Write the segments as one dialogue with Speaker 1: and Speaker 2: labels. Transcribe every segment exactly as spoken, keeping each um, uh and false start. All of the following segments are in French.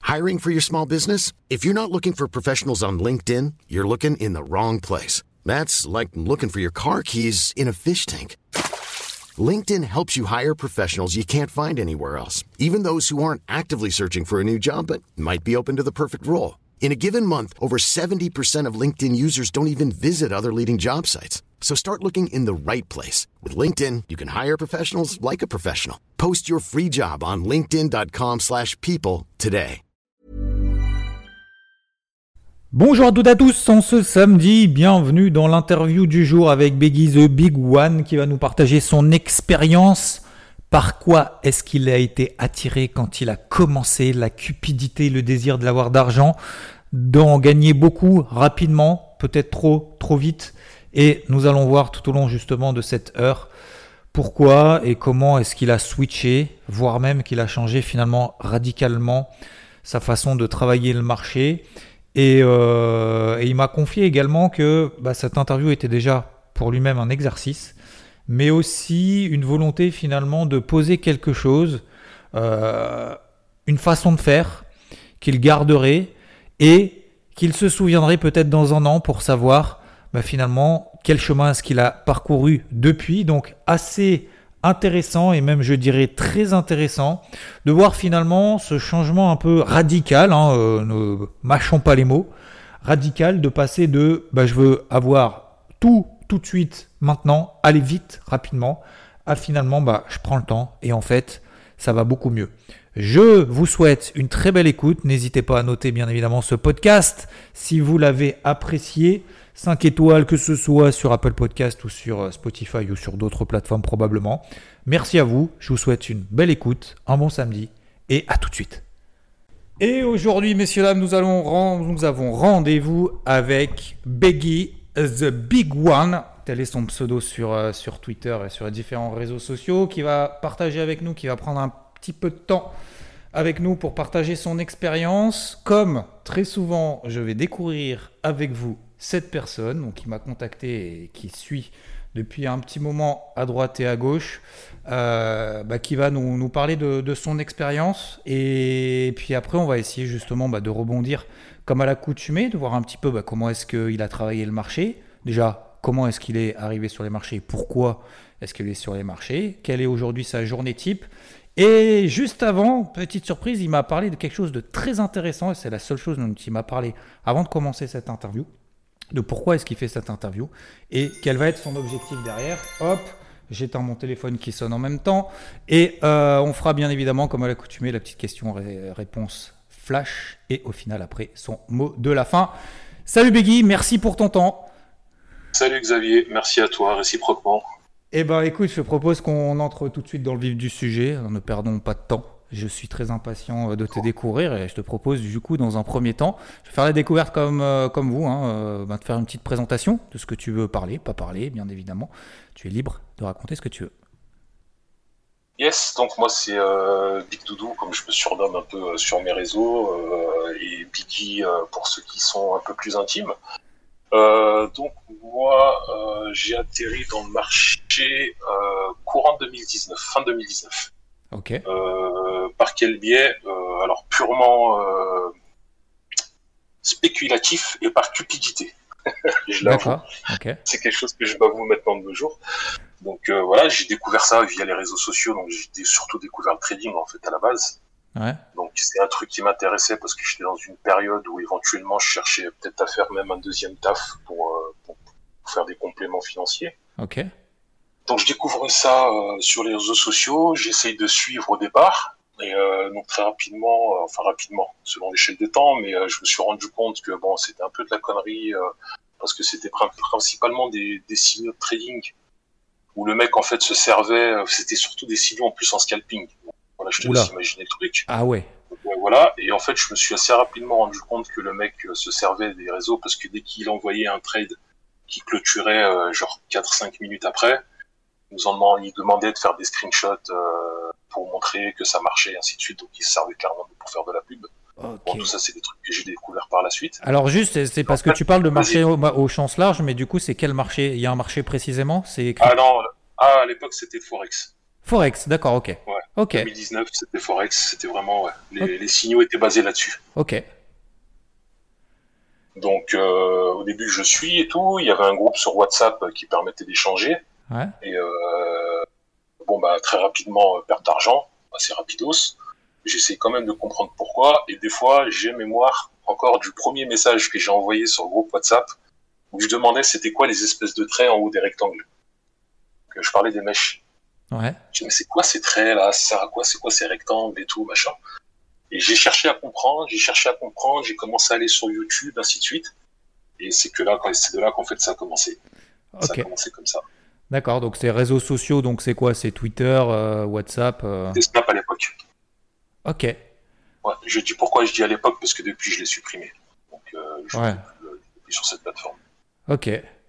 Speaker 1: Hiring for your small business? If you're not looking for professionals on LinkedIn, you're looking in the wrong place. That's like looking for your car keys in a fish tank. LinkedIn helps you hire professionals you can't find anywhere else, even those who aren't actively searching for a new job but might be open to the perfect role. In a given month, over seventy percent of LinkedIn users don't even visit other leading job sites. So start looking in the right place. With LinkedIn, you can hire professionals like a professional. Post your free job on linkedin.com slash people today.
Speaker 2: Bonjour à toutes et à tous, en ce samedi, bienvenue dans l'interview du jour avec Beggy the Big One qui va nous partager son expérience. Par quoi est-ce qu'il a été attiré quand il a commencé, la cupidité, le désir de l'avoir d'argent, d'en gagner beaucoup rapidement, peut-être trop, trop vite. Et nous allons voir tout au long justement de cette heure pourquoi et comment est-ce qu'il a switché, voire même qu'il a changé finalement radicalement sa façon de travailler le marché. Et, euh, et il m'a confié également que bah, cette interview était déjà pour lui-même un exercice, mais aussi une volonté finalement de poser quelque chose, euh, une façon de faire qu'il garderait et qu'il se souviendrait peut-être dans un an pour savoir bah, finalement quel chemin est-ce qu'il a parcouru depuis. Donc assez intéressant et même je dirais très intéressant de voir finalement ce changement un peu radical, hein, euh, ne mâchons pas les mots, radical de passer de bah, je veux avoir tout tout de suite, maintenant, aller vite, rapidement, à finalement bah, je prends le temps et en fait ça va beaucoup mieux. Je vous souhaite une très belle écoute, n'hésitez pas à noter bien évidemment ce podcast si vous l'avez apprécié. cinq étoiles, que ce soit sur Apple Podcast ou sur Spotify ou sur d'autres plateformes probablement. Merci à vous, je vous souhaite une belle écoute, un bon samedi et à tout de suite. Et aujourd'hui, messieurs dames, nous, allons rend... nous avons rendez-vous avec Beggy the Big One, tel est son pseudo sur, euh, sur Twitter et sur les différents réseaux sociaux, qui va partager avec nous, qui va prendre un petit peu de temps avec nous pour partager son expérience. Comme très souvent, je vais découvrir avec vous cette personne donc, qui m'a contacté et qui suit depuis un petit moment à droite et à gauche, euh, bah, qui va nous, nous parler de, de son expérience. Et puis après, on va essayer justement bah, de rebondir comme à l'accoutumée, de voir un petit peu bah, comment est-ce qu'il a travaillé le marché. Déjà, comment est-ce qu'il est arrivé sur les marchés, pourquoi est-ce qu'il est sur les marchés, quelle est aujourd'hui sa journée type. Et juste avant, petite surprise, il m'a parlé de quelque chose de très intéressant, et c'est la seule chose dont il m'a parlé avant de commencer cette interview, de pourquoi est-ce qu'il fait cette interview et quel va être son objectif derrière. Hop, j'éteins mon téléphone qui sonne en même temps et euh, on fera bien évidemment comme à l'accoutumée la petite question-réponse flash et au final après son mot de la fin. Salut Beggy, merci pour ton temps.
Speaker 3: Salut Xavier, merci à toi réciproquement.
Speaker 2: Eh ben écoute, je te propose qu'on entre tout de suite dans le vif du sujet, ne perdons pas de temps. Je suis très impatient de te découvrir et je te propose du coup dans un premier temps, je vais faire la découverte comme, euh, comme vous, hein, euh, bah, de faire une petite présentation de ce que tu veux parler, pas parler bien évidemment. Tu es libre de raconter ce que tu veux.
Speaker 3: Yes, donc moi c'est euh, Big Doudou comme je me surnomme un peu euh, sur mes réseaux euh, et Biggy euh, pour ceux qui sont un peu plus intimes. Euh, donc moi euh, j'ai atterri dans le marché euh, courant deux mille dix-neuf, fin deux mille dix-neuf.
Speaker 2: Ok.
Speaker 3: Euh, par quel biais euh, alors purement euh, spéculatif et par cupidité. Je l'avoue.
Speaker 2: D'accord. Okay.
Speaker 3: C'est quelque chose que je m'avoue maintenant de nos jours. Donc euh, voilà, j'ai découvert ça via les réseaux sociaux, donc j'ai surtout découvert le trading en fait à la base.
Speaker 2: Ouais.
Speaker 3: Donc c'est un truc qui m'intéressait parce que j'étais dans une période où éventuellement je cherchais peut-être à faire même un deuxième taf pour, euh, pour, pour faire des compléments financiers.
Speaker 2: Ok.
Speaker 3: Donc je découvre ça euh, sur les réseaux sociaux, j'essaye de suivre au départ, et euh, donc très rapidement, euh, enfin rapidement, selon l'échelle des temps, mais euh, je me suis rendu compte que bon, c'était un peu de la connerie, euh, parce que c'était principalement des, des signaux de trading, où le mec en fait se servait, euh, c'était surtout des signaux en plus en scalping. Donc, voilà, je te
Speaker 2: Oula.
Speaker 3: laisse imaginer le truc.
Speaker 2: Ah ouais.
Speaker 3: Donc, ouais, voilà, et en fait je me suis assez rapidement rendu compte que le mec euh, se servait des réseaux, parce que dès qu'il envoyait un trade qui clôturait euh, genre quatre cinq minutes après, nous en il demandait de faire des screenshots euh, pour montrer que ça marchait et ainsi de suite, donc il se servait clairement pour faire de la pub.
Speaker 2: Okay.
Speaker 3: Bon, tout ça c'est des trucs que j'ai découvert par la suite.
Speaker 2: Alors juste, c'est, c'est parce en fait, que tu parles de marché au, au sens large, mais du coup c'est quel marché? Il y a un marché précisément? C'est écrit...
Speaker 3: Ah non, ah, à l'époque c'était le Forex.
Speaker 2: Forex, d'accord, ok.
Speaker 3: Ouais.
Speaker 2: Ok.
Speaker 3: deux mille dix-neuf, c'était Forex, c'était vraiment, ouais. Les, okay. les signaux étaient basés là-dessus.
Speaker 2: Ok.
Speaker 3: Donc, euh, au début, je suis et tout. Il y avait un groupe sur WhatsApp qui permettait d'échanger.
Speaker 2: Ouais.
Speaker 3: Et euh, bon, bah, très rapidement, euh, perte d'argent, assez rapidos. J'essaie quand même de comprendre pourquoi. Et des fois, j'ai mémoire encore du premier message que j'ai envoyé sur le groupe WhatsApp où je demandais c'était quoi les espèces de traits en haut des rectangles. Donc, je parlais des mèches.
Speaker 2: Ouais.
Speaker 3: Je dis, mais c'est quoi ces traits là? Ça sert à quoi? C'est quoi ces rectangles et tout, machin? Et j'ai cherché à comprendre, j'ai cherché à comprendre, j'ai commencé à aller sur YouTube, ainsi de suite. Et c'est que là, quand, c'est de là qu'en fait ça a commencé.
Speaker 2: Okay.
Speaker 3: Ça a commencé comme ça.
Speaker 2: D'accord, donc c'est réseaux sociaux, donc c'est quoi? C'est Twitter, euh, WhatsApp euh...
Speaker 3: C'était Snap à l'époque.
Speaker 2: Ok.
Speaker 3: Ouais, je dis pourquoi je dis à l'époque, parce que depuis je l'ai supprimé. Donc euh, je ne
Speaker 2: ouais.
Speaker 3: suis plus, plus sur cette plateforme.
Speaker 2: Ok.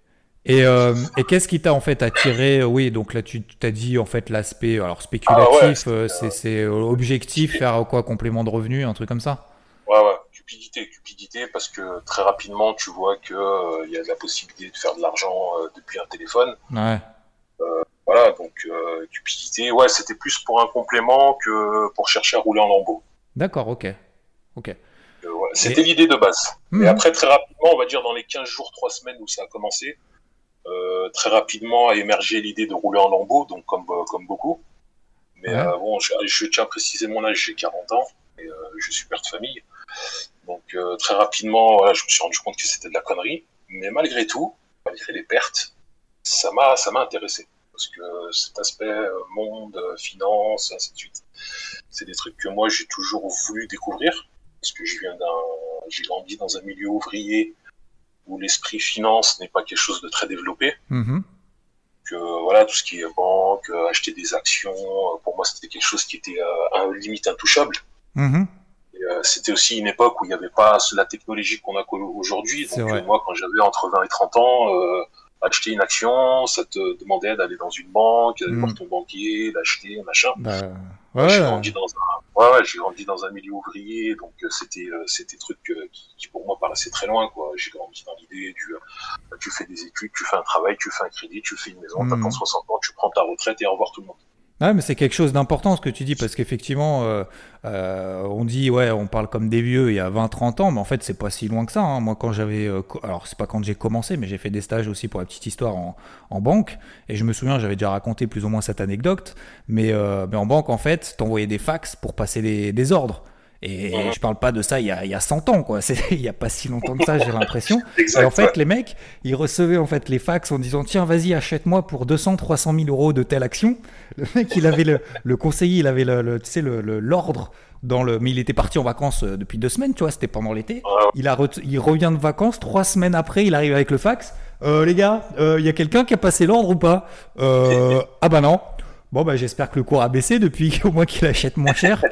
Speaker 2: Et, euh, et qu'est-ce qui t'a en fait attiré? Oui, donc là tu t'as dit en fait l'aspect alors spéculatif, ah ouais, c'est, euh, c'est, c'est objectif, faire quoi, complément de revenu, un truc comme ça?
Speaker 3: Ouais, ouais, cupidité, cupidité, parce que très rapidement tu vois que il euh, y a de la possibilité de faire de l'argent euh, depuis un téléphone.
Speaker 2: Ouais.
Speaker 3: Euh, voilà, donc euh, cupidité, ouais, c'était plus pour un complément que pour chercher à rouler en lambeaux.
Speaker 2: D'accord, ok, ok.
Speaker 3: Euh, ouais, c'était et... l'idée de base. Mmh. Et après très rapidement, on va dire dans les quinze jours, trois semaines où ça a commencé. Euh, très rapidement a émergé l'idée de rouler en lambeaux, donc comme, euh, comme beaucoup. Mais ouais. euh, bon, je, je tiens à préciser mon âge, j'ai quarante ans, et euh, je suis père de famille. Donc euh, très rapidement, voilà, je me suis rendu compte que c'était de la connerie. Mais malgré tout, malgré les pertes, ça m'a, ça m'a intéressé. Parce que cet aspect euh, monde, euh, finance, ainsi de suite, c'est des trucs que moi j'ai toujours voulu découvrir. Parce que je viens d'un, j'ai grandi dans un milieu ouvrier où l'esprit finance n'est pas quelque chose de très développé.
Speaker 2: Mmh.
Speaker 3: Que voilà, tout ce qui est banque, euh, acheter des actions, euh, pour moi c'était quelque chose qui était euh, un, limite intouchable.
Speaker 2: Mmh.
Speaker 3: Et, euh, c'était aussi une époque où il n'y avait pas la technologie qu'on a aujourd'hui. Donc euh, moi, quand j'avais entre vingt et trente ans, euh, acheter une action, ça te demandait d'aller dans une banque, d'aller mmh. voir ton banquier, d'acheter, machin.
Speaker 2: Bah,
Speaker 3: ouais,
Speaker 2: ouais.
Speaker 3: J'ai grandi dans un, ouais, ouais, j'ai grandi dans un milieu ouvrier, donc euh, c'était, euh, c'était des trucs euh, qui, qui pour moi paraissaient très loin, quoi. J'ai grandi dans l'idée du, euh, tu fais des études, tu fais un travail, tu fais un crédit, tu fais une maison, mmh. t'attends soixante ans, tu prends ta retraite et au revoir tout le monde.
Speaker 2: Ouais, mais c'est quelque chose d'important ce que tu dis, parce qu'effectivement, euh, euh, on dit, ouais, on parle comme des vieux il y a vingt trente ans, mais en fait, c'est pas si loin que ça. Hein. Moi, quand j'avais. Euh, alors, c'est pas quand j'ai commencé, mais j'ai fait des stages aussi pour la petite histoire en, en banque. Et je me souviens, j'avais déjà raconté plus ou moins cette anecdote. Mais, euh, mais en banque, en fait, t'envoyais des fax pour passer des, des ordres. Et mmh. je parle pas de ça il y a, il y a cent ans, quoi. C'est, il y a pas si longtemps que ça, j'ai l'impression.
Speaker 3: Exact,
Speaker 2: et en fait,
Speaker 3: ouais.
Speaker 2: les mecs, ils recevaient en fait les fax en disant tiens, vas-y, achète-moi pour deux cents, trois cent mille euros de telle action. Le mec, il avait le, le conseiller, il avait le, le tu sais, le, le, l'ordre dans le, mais il était parti en vacances depuis deux semaines, tu vois, c'était pendant l'été.
Speaker 3: Ouais.
Speaker 2: Il a, re, il revient de vacances, trois semaines après, il arrive avec le fax. Euh, les gars, il euh, y a quelqu'un qui a passé l'ordre ou pas? euh, Ah bah non. Bon bah j'espère que le cours a baissé depuis au moins qu'il achète moins cher.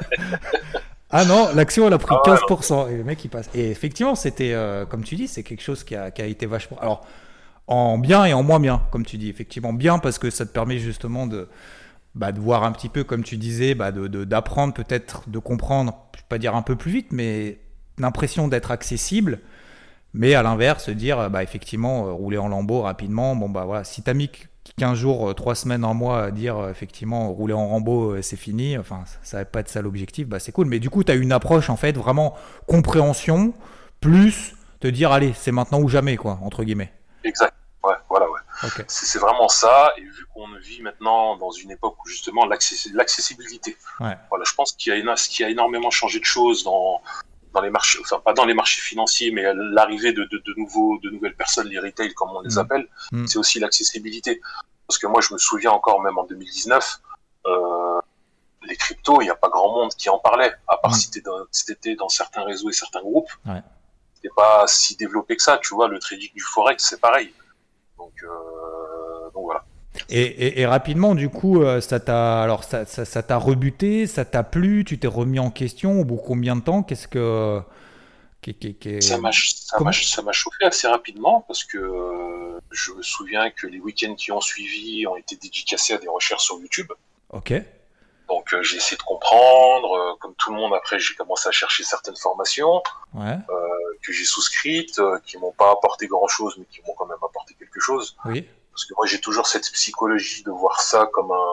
Speaker 2: Ah non, l'action elle a pris quinze pour cent et le mec il passe. Et effectivement, c'était euh, comme tu dis, c'est quelque chose qui a, qui a été vachement. Alors en bien et en moins bien, comme tu dis. Effectivement bien parce que ça te permet justement de, bah, de voir un petit peu, comme tu disais, bah, de, de, d'apprendre peut-être, de comprendre, je ne vais pas dire un peu plus vite, mais l'impression d'être accessible. Mais à l'inverse, se dire, bah, effectivement, euh, rouler en lambeaux rapidement. Bon bah voilà, si t'as mis quinze jours, trois semaines, un mois à dire euh, effectivement rouler en Rambo euh, c'est fini, enfin ça va pas être ça l'objectif, bah c'est cool, mais du coup tu as une approche en fait vraiment compréhension plus te dire allez c'est maintenant ou jamais quoi entre guillemets.
Speaker 3: Exact, ouais voilà ouais. Okay. C'est, c'est vraiment ça, et vu qu'on vit maintenant dans une époque où justement l'access- l'accessibilité,
Speaker 2: ouais.
Speaker 3: Voilà, je pense qu'il y a, qu'il y a énormément changé de choses dans dans les marchés, enfin pas dans les marchés financiers, mais l'arrivée de, de, de nouveaux, de nouvelles personnes, les retail comme on les mmh. appelle, mmh. c'est aussi l'accessibilité. Parce que moi, je me souviens encore, même en deux mille dix-neuf, euh, les cryptos, il n'y a pas grand monde qui en parlait, à part mmh. si t'étais dans, si t'étais dans certains réseaux et certains groupes.
Speaker 2: Ouais.
Speaker 3: C'était pas si développé que ça, tu vois. Le trading du forex, c'est pareil. Donc, euh, donc voilà.
Speaker 2: Et, et, et rapidement, du coup, ça t'a, alors ça, ça, ça t'a rebuté, ça t'a plu, tu t'es remis en question au bout de combien de temps? Qu'est-ce que qu'est, qu'est, qu'est...
Speaker 3: Ça m'a, ça m'a, ça m'a chauffé assez rapidement parce que euh, je me souviens que les week-ends qui ont suivi ont été dédicacés à des recherches sur YouTube.
Speaker 2: Ok.
Speaker 3: Donc euh, j'ai essayé de comprendre, euh, comme tout le monde. Après, j'ai commencé à chercher certaines formations
Speaker 2: ouais.
Speaker 3: euh, que j'ai souscrites, euh, qui m'ont pas apporté grand-chose, mais qui m'ont quand même apporté quelque chose.
Speaker 2: Oui.
Speaker 3: Parce que moi, j'ai toujours cette psychologie de voir ça comme un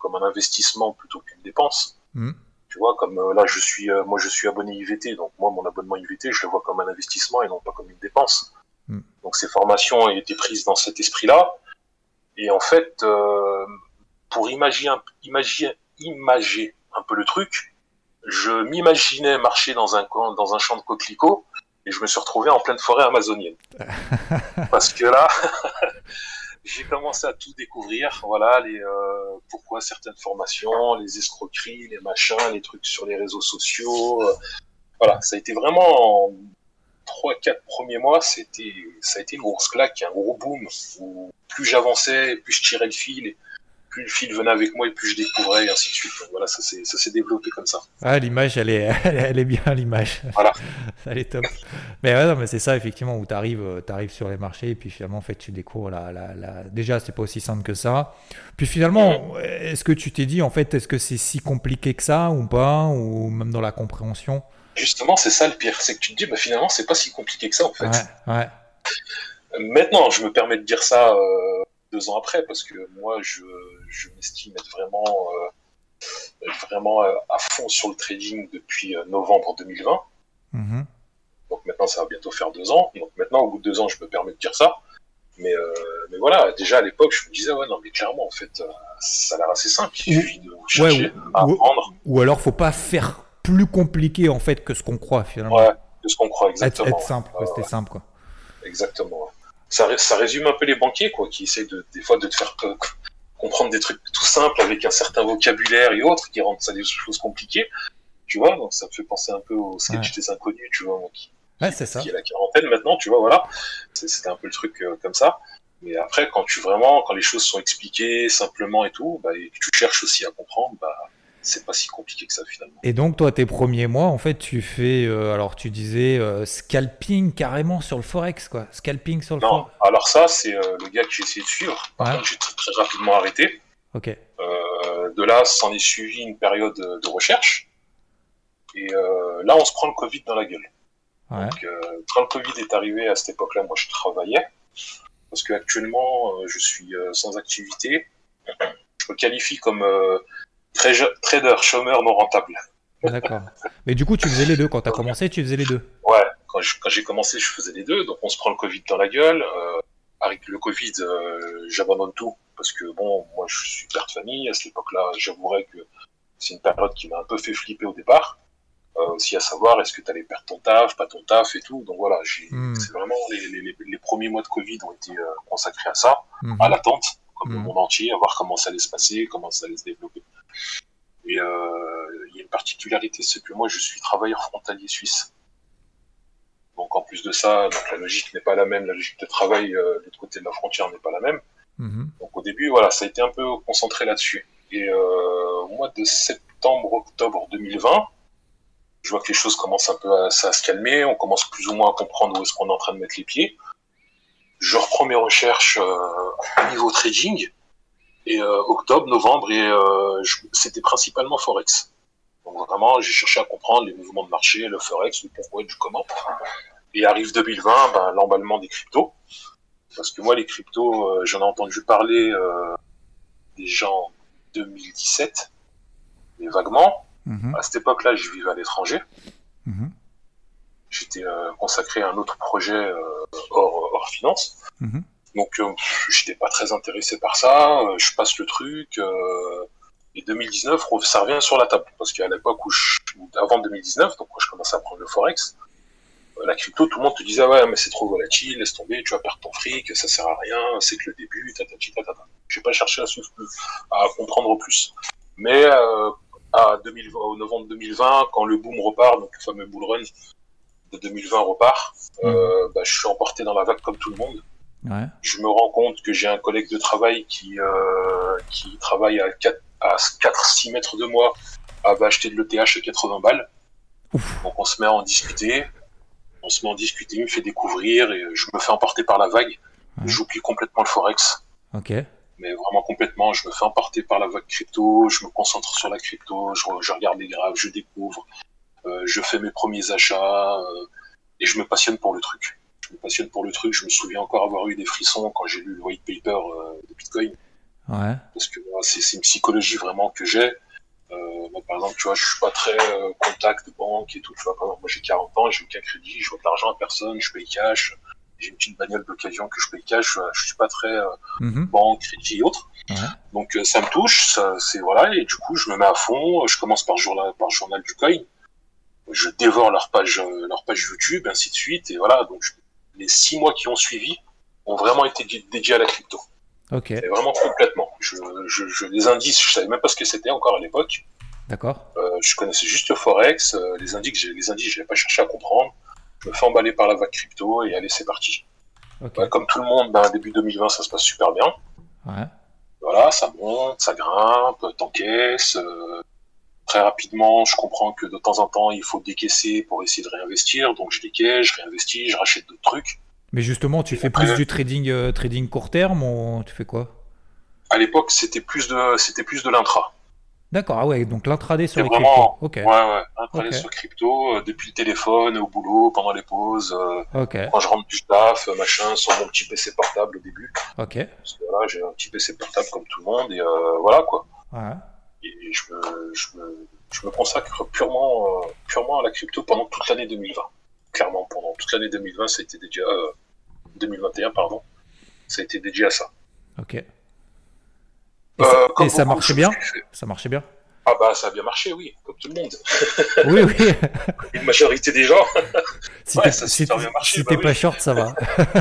Speaker 3: comme un investissement plutôt qu'une dépense.
Speaker 2: Mmh.
Speaker 3: Tu vois, comme euh, là, je suis, euh, moi, je suis abonné I V T, donc moi, mon abonnement I V T, je le vois comme un investissement et non pas comme une dépense.
Speaker 2: Mmh.
Speaker 3: Donc ces formations ont été prises dans cet esprit-là. Et en fait, euh, pour imaginer, imaginer, imager un peu le truc, je m'imaginais marcher dans un camp, dans un champ de coquelicots, et je me suis retrouvé en pleine forêt amazonienne. Parce que là, j'ai commencé à tout découvrir, voilà, les euh, pourquoi certaines formations, les escroqueries, les machins, les trucs sur les réseaux sociaux. Euh, voilà, ça a été vraiment en trois, quatre premiers mois, c'était, ça a été une grosse claque, un gros boom. Où plus j'avançais, plus je tirais le fil. Et plus le fil venait avec moi et plus je découvrais et ainsi de suite. Donc voilà, ça s'est, ça s'est développé comme ça.
Speaker 2: Ah, l'image, elle est, elle est bien, l'image.
Speaker 3: Voilà.
Speaker 2: Elle est top. Mais ouais, non, mais c'est ça, effectivement, où tu arrives sur les marchés et puis finalement, en fait, tu découvres la, la, la... Déjà, c'est pas aussi simple que ça. Puis finalement, est-ce que tu t'es dit, en fait, est-ce que c'est si compliqué que ça ou pas, ou même dans la compréhension?
Speaker 3: Justement, c'est ça le pire, c'est que tu te dis, bah, finalement, c'est pas si compliqué que ça, en fait.
Speaker 2: Ouais, ouais.
Speaker 3: Maintenant, je me permets de dire ça euh, deux ans après, parce que moi, je, je m'estime être vraiment, euh, être vraiment à fond sur le trading depuis euh, novembre deux mille vingt.
Speaker 2: Mmh.
Speaker 3: Donc maintenant, ça va bientôt faire deux ans. Donc maintenant, au bout de deux ans, je me permets de dire ça. Mais, euh, mais voilà, déjà à l'époque, je me disais, ouais, non, mais clairement, en fait, euh, ça a l'air assez simple. Il suffit de chercher
Speaker 2: Ouais, ou,
Speaker 3: à
Speaker 2: ou,
Speaker 3: apprendre.
Speaker 2: Ou alors, faut pas faire plus compliqué, en fait, que ce qu'on croit, finalement.
Speaker 3: Ouais, de ce qu'on croit, exactement.
Speaker 2: Être, être simple,
Speaker 3: ouais,
Speaker 2: rester
Speaker 3: ouais.
Speaker 2: simple, quoi.
Speaker 3: Exactement. Ça, ça résume un peu les banquiers, quoi, qui essayent de, des fois de te faire euh, comprendre des trucs tout simples avec un certain vocabulaire et autres, qui rendent ça des choses compliquées. Tu vois, donc ça me fait penser un peu au sketch
Speaker 2: Ouais.
Speaker 3: des inconnus, tu vois, moi, qui,
Speaker 2: Ouais, c'est ça.
Speaker 3: qui est la quarantaine maintenant, tu vois, voilà. C'est, c'était un peu le truc euh, comme ça. Mais après, quand tu vraiment, quand les choses sont expliquées simplement et tout, bah, et que tu cherches aussi à comprendre, bah, c'est pas si compliqué que ça finalement.
Speaker 2: Et donc, toi, tes premiers mois, en fait, tu fais, euh, alors tu disais euh, scalping carrément sur le Forex, quoi. Scalping sur le
Speaker 3: Non,
Speaker 2: Forex.
Speaker 3: alors ça, c'est euh, le gars que j'ai essayé de suivre. Par
Speaker 2: Ouais.
Speaker 3: contre, j'ai très, très rapidement arrêté.
Speaker 2: Ok.
Speaker 3: Euh, de là, s'en est suivi une période de recherche. Et euh, là, on se prend le Covid dans la gueule.
Speaker 2: Ouais.
Speaker 3: Donc, euh, quand le Covid est arrivé à cette époque-là, moi, je travaillais. Parce qu'actuellement, euh, je suis euh, sans activité. Je me qualifie comme euh, trader, trader, chômeur non rentable.
Speaker 2: D'accord. Mais du coup, tu faisais les deux. Quand tu as commencé, tu faisais les deux.
Speaker 3: Ouais, quand, je, quand j'ai commencé, je faisais les deux. Donc, on se prend le Covid dans la gueule. Euh, avec le Covid, euh, j'abandonne tout. Parce que, bon, moi, je suis père de famille. À cette époque-là, j'avouerais que c'est une période qui m'a un peu fait flipper au départ. Euh, aussi à savoir, est-ce que tu allais perdre ton taf, pas ton taf et tout. Donc voilà, j'ai,
Speaker 2: Mm.
Speaker 3: c'est vraiment les, les, les premiers mois de Covid ont été euh, consacrés à ça,
Speaker 2: Mm-hmm.
Speaker 3: à l'attente, comme
Speaker 2: Mm.
Speaker 3: le monde entier, à voir comment ça allait se passer, comment ça allait se développer. Et euh, il y a une particularité, c'est que moi je suis travailleur frontalier suisse. Donc en plus de ça, donc la logique n'est pas la même, la logique de travail euh, de l'autre côté de la frontière n'est pas la même.
Speaker 2: Mm-hmm.
Speaker 3: Donc au début, voilà, ça a été un peu concentré là-dessus. Et euh, au mois de septembre-octobre deux mille vingt, je vois que les choses commencent un peu à, à se calmer, on commence plus ou moins à comprendre où est-ce qu'on est en train de mettre les pieds. Je reprends mes recherches euh, niveau trading, et euh, octobre, novembre, et euh, je, c'était principalement Forex. Donc vraiment, j'ai cherché à comprendre les mouvements de marché, le Forex, le pourquoi et du comment. Et arrive deux mille vingt, ben, l'emballement des cryptos. Parce que moi, les cryptos, euh, j'en ai entendu parler euh, déjà en deux mille dix-sept, mais vaguement.
Speaker 2: Mm-hmm.
Speaker 3: À cette époque-là, je vivais à l'étranger.
Speaker 2: Mm-hmm.
Speaker 3: J'étais euh, consacré à un autre projet euh, hors, hors finance.
Speaker 2: Mm-hmm.
Speaker 3: Donc, euh, j'étais pas très intéressé par ça. Euh, je passe le truc. Euh, et deux mille dix-neuf, ça revient sur la table. Parce qu'à l'époque où je, avant deux mille dix-neuf, donc quand je commençais à prendre le Forex, euh, la crypto, tout le monde te disait, ouais, mais c'est trop volatile, laisse tomber, tu vas perdre ton fric, ça sert à rien, c'est que le début, tatati, tatata. J'ai pas cherché à, à comprendre plus. Mais, euh, à deux mille vingt, au novembre deux mille vingt, quand le boom repart, donc le fameux bull run de deux mille vingt repart, mmh. euh, bah, je suis emporté dans la vague comme tout le monde.
Speaker 2: Ouais.
Speaker 3: Je me rends compte que j'ai un collègue de travail qui, euh, qui travaille à quatre à six mètres de moi, avait acheté de l'E T H à quatre-vingts balles. Ouf. Donc on se met à en discuter, on se met à en discuter, il me fait découvrir et je me fais emporter par la vague. Ouais. J'oublie complètement le Forex.
Speaker 2: Ok.
Speaker 3: Mais vraiment complètement, je me fais emporter par la vague crypto, je me concentre sur la crypto, je, je regarde les graphes, je découvre, euh, je fais mes premiers achats euh, et je me passionne pour le truc. Je me passionne pour le truc, je me souviens encore avoir eu des frissons quand j'ai lu le white paper euh, de Bitcoin.
Speaker 2: Ouais.
Speaker 3: Parce que moi, c'est, c'est une psychologie vraiment que j'ai. Euh, moi, par exemple, tu vois, je suis pas très euh, contact de banque et tout. Tu vois, par exemple, moi j'ai quarante ans, j'ai aucun crédit, je veux de l'argent à personne, je paye cash. J'ai une petite bagnole d'occasion que je paye cash. Je, je suis pas très euh,
Speaker 2: Mhm.
Speaker 3: banque, crédit et autres.
Speaker 2: Ouais.
Speaker 3: Donc euh, ça me touche, ça, c'est voilà. Et du coup, je me mets à fond. Je commence par journal, par journal du coin. Je dévore leur page, euh, leur page YouTube, ainsi de suite. Et voilà. Donc je, les six mois qui ont suivi ont vraiment été dé- dédiés à la crypto.
Speaker 2: Ok.
Speaker 3: Et vraiment complètement. Je, je, je, les indices, je savais même pas ce que c'était encore à l'époque.
Speaker 2: D'accord.
Speaker 3: Euh, je connaissais juste le Forex. Euh, les indices, j'ai, les indices, je n'avais pas cherché à comprendre. Je me fais emballer par la vague crypto et allez, c'est parti.
Speaker 2: Ok.
Speaker 3: Ouais, comme tout le monde, ben, début deux mille vingt, ça se passe super bien.
Speaker 2: Ouais.
Speaker 3: Voilà, ça monte, ça grimpe, t'encaisses. Euh, très rapidement, je comprends que de temps en temps, il faut décaisser pour essayer de réinvestir. Donc je décaisse, je réinvestis, je rachète d'autres trucs.
Speaker 2: Mais justement, tu
Speaker 3: Et
Speaker 2: fais
Speaker 3: après,
Speaker 2: plus du trading, euh, trading court terme ou tu fais quoi?
Speaker 3: à l'époque, c'était plus de, c'était plus de l'intra.
Speaker 2: D'accord. Ah ouais. Donc l'intraday sur
Speaker 3: C'était
Speaker 2: les cryptos.
Speaker 3: vraiment,
Speaker 2: Ok.
Speaker 3: ouais, ouais, intraday
Speaker 2: Ok.
Speaker 3: sur crypto, euh, depuis le téléphone, au boulot, pendant les pauses, euh,
Speaker 2: Ok.
Speaker 3: quand je rentre du taf, euh, machin, sur mon petit P C portable au début.
Speaker 2: Ok.
Speaker 3: Parce que voilà, j'ai un petit P C portable comme tout le monde, et euh, voilà, quoi.
Speaker 2: Ouais.
Speaker 3: Et je me, je me, je me consacre purement, euh, purement à la crypto pendant toute l'année deux mille vingt. Clairement, pendant toute l'année deux mille vingt, ça a été dédié à, euh, deux mille vingt et un, pardon, ça a été dédié à ça.
Speaker 2: Ok. Et
Speaker 3: Euh,
Speaker 2: ça,
Speaker 3: comme
Speaker 2: et ça
Speaker 3: beaucoup de
Speaker 2: marchait
Speaker 3: choses
Speaker 2: bien?
Speaker 3: que je fais.
Speaker 2: Ça marchait bien?
Speaker 3: Ah bah, ça a bien marché, oui, comme tout le monde.
Speaker 2: Oui, oui.
Speaker 3: Une majorité des gens,
Speaker 2: Si
Speaker 3: ouais,
Speaker 2: t'es
Speaker 3: ça a
Speaker 2: si,
Speaker 3: super bien marché,
Speaker 2: si
Speaker 3: bah
Speaker 2: t'es
Speaker 3: oui.
Speaker 2: pas short, ça va.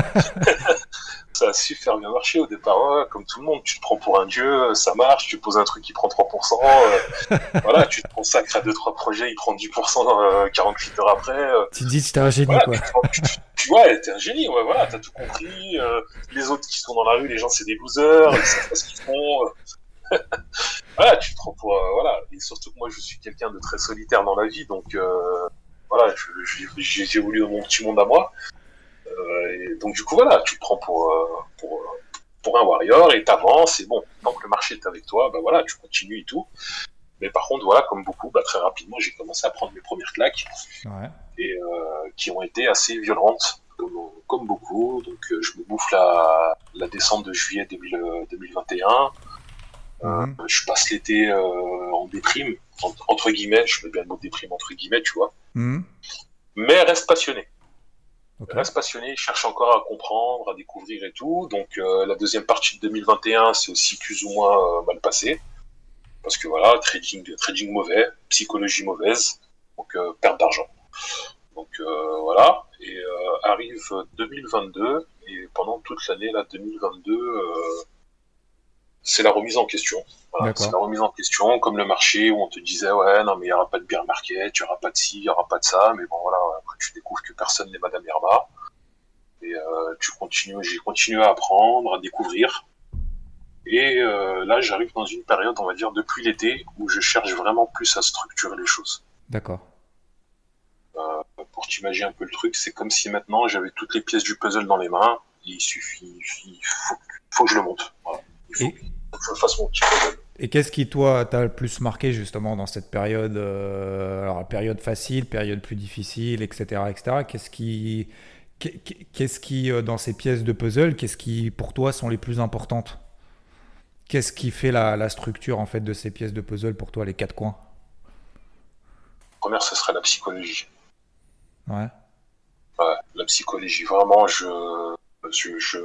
Speaker 3: Ça a super bien marché au départ, ouais, comme tout le monde. Tu te prends pour un dieu, ça marche, tu poses un truc qui prend trois pour cent, euh, voilà, tu te consacres à deux trois projets, il prend dix pour cent euh, quarante-huit heures après. Euh,
Speaker 2: Tu te dis que t'es un génie,
Speaker 3: voilà,
Speaker 2: quoi.
Speaker 3: tu, te prends- tu, tu, ouais, t'es un génie, ouais, voilà, t'as tout compris. Euh, les autres qui sont dans la rue, les gens, c'est des losers, ils savent pas ce qu'ils font. Voilà, tu te prends pour, euh, voilà. Et surtout que moi, je suis quelqu'un de très solitaire dans la vie, donc euh, voilà, je- je- j'ai j'ai voulu dans mon petit monde à moi. Euh, et donc du coup, voilà, tu te prends pour, euh, pour, euh, pour un warrior et t'avances, et bon, tant que le marché est avec toi, bah voilà, tu continues et tout. Mais par contre, voilà, comme beaucoup, bah très rapidement, j'ai commencé à prendre mes premières claques,
Speaker 2: Ouais.
Speaker 3: et euh, qui ont été assez violentes, comme, comme beaucoup. Donc euh, je me bouffe la, la descente de juillet deux mille, deux mille vingt et un. Euh,
Speaker 2: Mhm.
Speaker 3: je passe l'été euh, en déprime, en- entre guillemets, je mets bien le mot déprime entre guillemets, tu vois.
Speaker 2: Mhm.
Speaker 3: Mais reste passionné.
Speaker 2: Ok.
Speaker 3: Reste passionné, cherche encore à comprendre, à découvrir et tout. Donc euh, la deuxième partie de deux mille vingt et un, c'est aussi plus ou moins euh, mal passé. Parce que voilà, trading, trading mauvais, psychologie mauvaise, donc euh, perte d'argent. Donc euh, voilà, et euh, arrive deux mille vingt-deux, et pendant toute l'année, là, deux mille vingt-deux, euh, c'est la remise en question. Voilà, c'est la
Speaker 2: D'accord.
Speaker 3: remise en question, comme le marché où on te disait, ouais, non, mais il n'y aura pas de bear market, il n'y aura pas de ci, il n'y aura pas de ça, mais bon, voilà, après tu découvres que personne n'est Madame Irma, et euh, tu continues, j'ai continué à apprendre, à découvrir, et euh, là, j'arrive dans une période, on va dire, depuis l'été, où je cherche vraiment plus à structurer les choses.
Speaker 2: D'accord.
Speaker 3: Euh, pour t'imaginer un peu le truc, c'est comme si maintenant j'avais toutes les pièces du puzzle dans les mains, et il suffit, il faut, faut que je le monte. Voilà. Il faut,
Speaker 2: Et,
Speaker 3: faut que je fasse mon petit puzzle.
Speaker 2: et qu'est-ce qui, toi, t'a le plus marqué justement dans cette période, euh, alors période facile, période plus difficile, et cetera, et cetera. Qu'est-ce qui, qu'est- qu'est-ce qui, euh, dans ces pièces de puzzle, qu'est-ce qui, pour toi, sont les plus importantes? Qu'est-ce qui fait la, la structure en fait de ces pièces de puzzle pour toi, les quatre coins?
Speaker 3: Première, ce serait la psychologie.
Speaker 2: Ouais.
Speaker 3: Ouais, la psychologie, vraiment, je, je, je,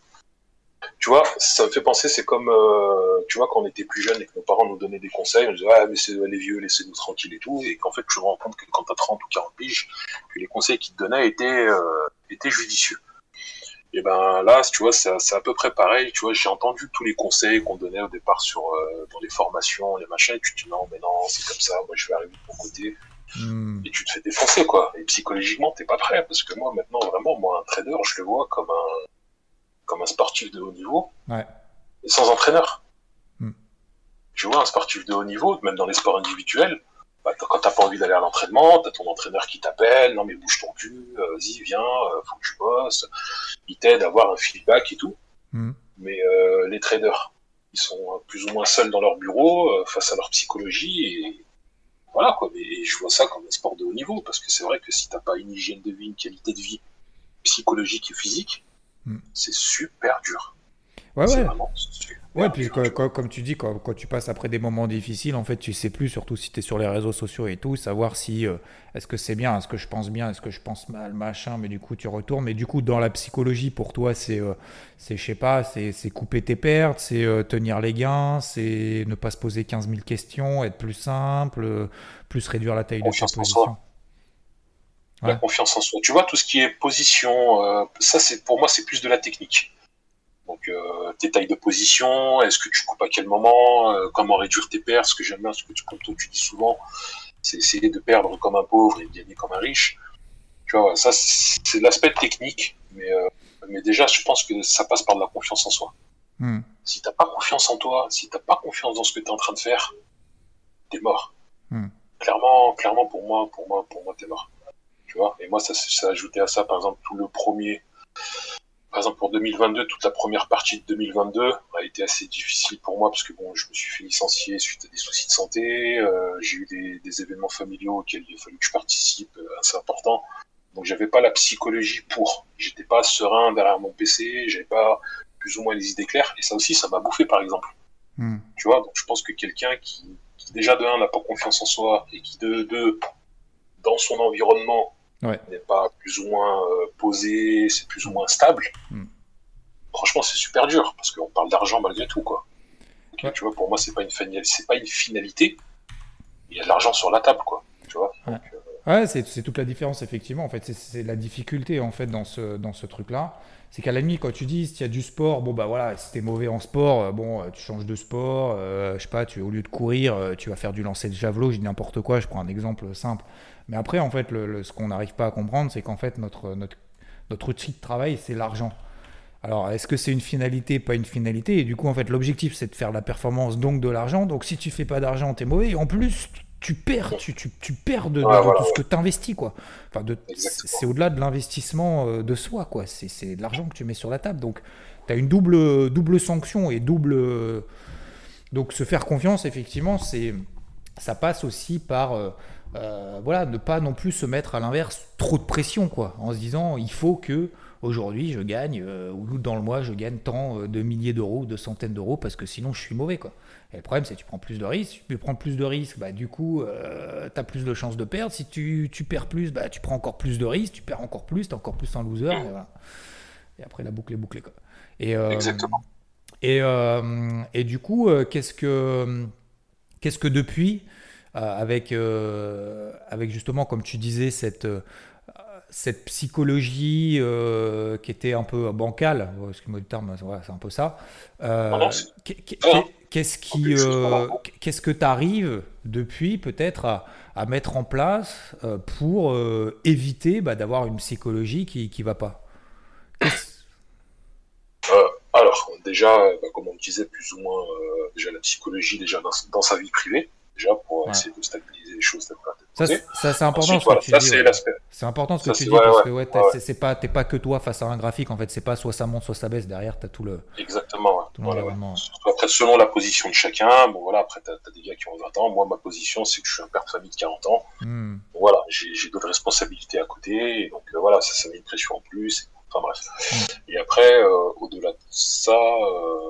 Speaker 3: tu vois, ça me fait penser, c'est comme, euh, tu vois, quand on était plus jeune et que nos parents nous donnaient des conseils, on disait, ah, mais c'est les vieux, laissez-nous tranquilles et tout, et qu'en fait, tu te rends compte que quand t'as trente ou quarante piges, que les conseils qu'ils te donnaient étaient, euh, étaient judicieux. Et ben là, tu vois, c'est, c'est à peu près pareil, tu vois, j'ai entendu tous les conseils qu'on donnait au départ sur, euh, dans les formations, les machins, et tu te dis, non, mais non, c'est comme ça, moi, je vais arriver de mon côté.
Speaker 2: Hmm.
Speaker 3: Et tu te fais défoncer, quoi. Et psychologiquement, t'es pas prêt, parce que moi, maintenant, vraiment, moi, un trader, je le vois comme un, comme un sportif de haut niveau,
Speaker 2: Ouais.
Speaker 3: et sans entraîneur.
Speaker 2: Hmm.
Speaker 3: Tu vois, un sportif de haut niveau, même dans les sports individuels, bah, t'as- quand t'as pas envie d'aller à l'entraînement, t'as ton entraîneur qui t'appelle, non mais bouge ton cul, euh, vas-y, viens, euh, faut que tu bosses, il t'aide à avoir un feedback et tout.
Speaker 2: Hmm.
Speaker 3: Mais euh, les traders, ils sont plus ou moins seuls dans leur bureau, euh, face à leur psychologie, et voilà, quoi. Mais je vois ça comme un sport de haut niveau, parce que c'est vrai que si t'as pas une hygiène de vie, une qualité de vie psychologique et physique,
Speaker 2: Hmm.
Speaker 3: c'est super dur.
Speaker 2: Ouais,
Speaker 3: C'est
Speaker 2: ouais.
Speaker 3: vraiment super.
Speaker 2: Ouais, puis co- co- comme tu dis, quand, quand tu passes après des moments difficiles, en fait, tu sais plus, surtout si tu es sur les réseaux sociaux et tout, savoir si euh, est-ce que c'est bien, est-ce que je pense bien, est-ce que je pense mal, machin, mais du coup, tu retournes. Mais du coup, dans la psychologie, pour toi, c'est, euh, c'est je sais pas, c'est, c'est couper tes pertes, c'est euh, tenir les gains, c'est ne pas se poser quinze mille questions, être plus simple, euh, plus réduire la taille de tes
Speaker 3: Confiance en soi.
Speaker 2: positions.
Speaker 3: La
Speaker 2: Ouais.
Speaker 3: confiance en soi. Tu vois, tout ce qui est position, euh, ça, c'est pour moi, c'est plus de la technique. Donc, euh, tes tailles de position, est-ce que tu coupes à quel moment, euh, comment réduire tes pertes, ce que j'aime bien, ce que tu, comme toi, tu dis souvent, c'est essayer de perdre comme un pauvre et de gagner comme un riche. Tu vois, ça, c'est c'est l'aspect technique, mais, euh, mais déjà, je pense que ça passe par de la confiance en soi.
Speaker 2: Hmm.
Speaker 3: Si t'as pas confiance en toi, si t'as pas confiance dans ce que t'es en train de faire, t'es mort.
Speaker 2: Hmm.
Speaker 3: Clairement, clairement, pour moi, pour moi, pour moi, t'es mort. Tu vois, et moi, ça, ça a ajouté à ça, par exemple, tout le premier, par exemple, pour deux mille vingt-deux, toute la première partie de deux mille vingt-deux a été assez difficile pour moi parce que bon, je me suis fait licencier suite à des soucis de santé, euh, j'ai eu des, des événements familiaux auxquels il a fallu que je participe, euh, assez importants. Donc j'avais pas la psychologie pour, j'étais pas serein derrière mon P C, j'avais pas plus ou moins les idées claires, et ça aussi, ça m'a bouffé, par exemple.
Speaker 2: Hmm.
Speaker 3: Tu vois, donc je pense que quelqu'un qui, qui déjà de un n'a pas confiance en soi et qui de deux dans son environnement
Speaker 2: Ouais.
Speaker 3: n'est pas plus ou moins euh, posé, c'est plus ou moins stable.
Speaker 2: Hmm.
Speaker 3: Franchement, c'est super dur parce qu'on parle d'argent malgré tout, quoi. Donc,
Speaker 2: Ouais.
Speaker 3: tu vois, pour moi, c'est pas une finalité, c'est pas une finalité. Il y a de l'argent sur la table, quoi. Tu vois.
Speaker 2: Ouais.
Speaker 3: Donc, euh,
Speaker 2: Ouais, c'est c'est toute la différence, effectivement. En fait, c'est c'est la difficulté en fait dans ce, dans ce truc-là. C'est qu'à la limite, quand tu dis, s'il y a du sport, bon bah voilà, si t'es mauvais en sport, euh, bon, euh, tu changes de sport, euh, je sais pas, tu, au lieu de courir, euh, tu vas faire du lancer de javelot, je dis n'importe quoi, je prends un exemple simple. Mais après, en fait, le, le- ce qu'on n'arrive pas à comprendre, c'est qu'en fait, notre, notre, notre outil de travail, c'est l'argent. Alors, est-ce que c'est une finalité, pas une finalité? Et du coup, en fait, l'objectif, c'est de faire de la performance, donc de l'argent. Donc, si tu fais pas d'argent, t'es mauvais. Et en plus, tu perds, tu, tu, tu perds de, de,
Speaker 3: ouais,
Speaker 2: de
Speaker 3: voilà,
Speaker 2: tout ce que
Speaker 3: ouais,
Speaker 2: tu investis, quoi. Enfin, de, c'est
Speaker 3: exactement.
Speaker 2: c'est au-delà de l'investissement euh, de soi, quoi. C'est c'est de l'argent que tu mets sur la table. Donc, tu as une double, double sanction et double. Donc, se faire confiance, effectivement, c'est, ça passe aussi par. Euh, euh, voilà, ne pas non plus se mettre à l'inverse trop de pression, quoi, en se disant il faut que aujourd'hui je gagne, euh, ou dans le mois je gagne tant euh, de milliers d'euros, de centaines d'euros, parce que sinon je suis mauvais, quoi. Et le problème c'est que tu prends plus de risques, si tu prends plus de risques, bah, du coup euh, tu as plus de chances de perdre, si tu, tu perds plus, bah, tu prends encore plus de risques, tu perds encore plus, tu es encore plus un loser, et,
Speaker 3: Mmh,
Speaker 2: voilà. Et après la boucle est bouclée, quoi. Et, euh,
Speaker 3: exactement.
Speaker 2: et, euh, et du coup, euh, qu'est-ce que qu'est-ce que depuis, euh, avec, euh, avec justement, comme tu disais, cette, euh, cette psychologie euh, qui était un peu bancale, excuse-moi le terme, voilà, c'est un peu ça,
Speaker 3: Non, non,
Speaker 2: euh,
Speaker 3: c'est
Speaker 2: qu'est- qu'est-
Speaker 3: vrai, hein.
Speaker 2: qu'est-ce
Speaker 3: Faut que
Speaker 2: qui,
Speaker 3: les choses soient
Speaker 2: euh,
Speaker 3: normales.
Speaker 2: qu'est-ce que tu arrives depuis peut-être à, à mettre en place euh, pour euh, éviter bah, d'avoir une psychologie qui qui va pas? Qu'est-ce-
Speaker 3: Euh, alors, déjà, euh, bah, comme on le disait, plus ou moins, euh, déjà la psychologie, déjà dans, dans sa vie privée, déjà pour
Speaker 2: Ouais.
Speaker 3: essayer de stabiliser les choses d'un
Speaker 2: Ça,
Speaker 3: côté.
Speaker 2: c'est- ça, c'est important
Speaker 3: Ensuite,
Speaker 2: ce que
Speaker 3: voilà,
Speaker 2: tu
Speaker 3: ça
Speaker 2: dis,
Speaker 3: c'est
Speaker 2: ouais.
Speaker 3: l'aspect.
Speaker 2: C'est important ce que
Speaker 3: Ça
Speaker 2: tu
Speaker 3: c'est
Speaker 2: dis
Speaker 3: ouais,
Speaker 2: parce
Speaker 3: ouais,
Speaker 2: que ouais,
Speaker 3: ouais,
Speaker 2: t'as-
Speaker 3: ouais.
Speaker 2: c'est c'est pas, t'es pas que toi face à un graphique en fait, c'est pas soit ça monte, soit ça baisse derrière, t'as tout le,
Speaker 3: Exactement, ouais.
Speaker 2: tout
Speaker 3: Voilà, ouais.
Speaker 2: l'environnement.
Speaker 3: Surtout après, selon la position de chacun, bon voilà, après t'as as des gars qui ont vingt ans, moi ma position c'est que je suis un père de famille de quarante ans,
Speaker 2: Hmm.
Speaker 3: donc, voilà, j'ai j'ai d'autres responsabilités à côté, et donc euh, voilà, ça, ça met une pression en plus, enfin bref.
Speaker 2: Hmm.
Speaker 3: Et après, euh, au-delà de ça, euh,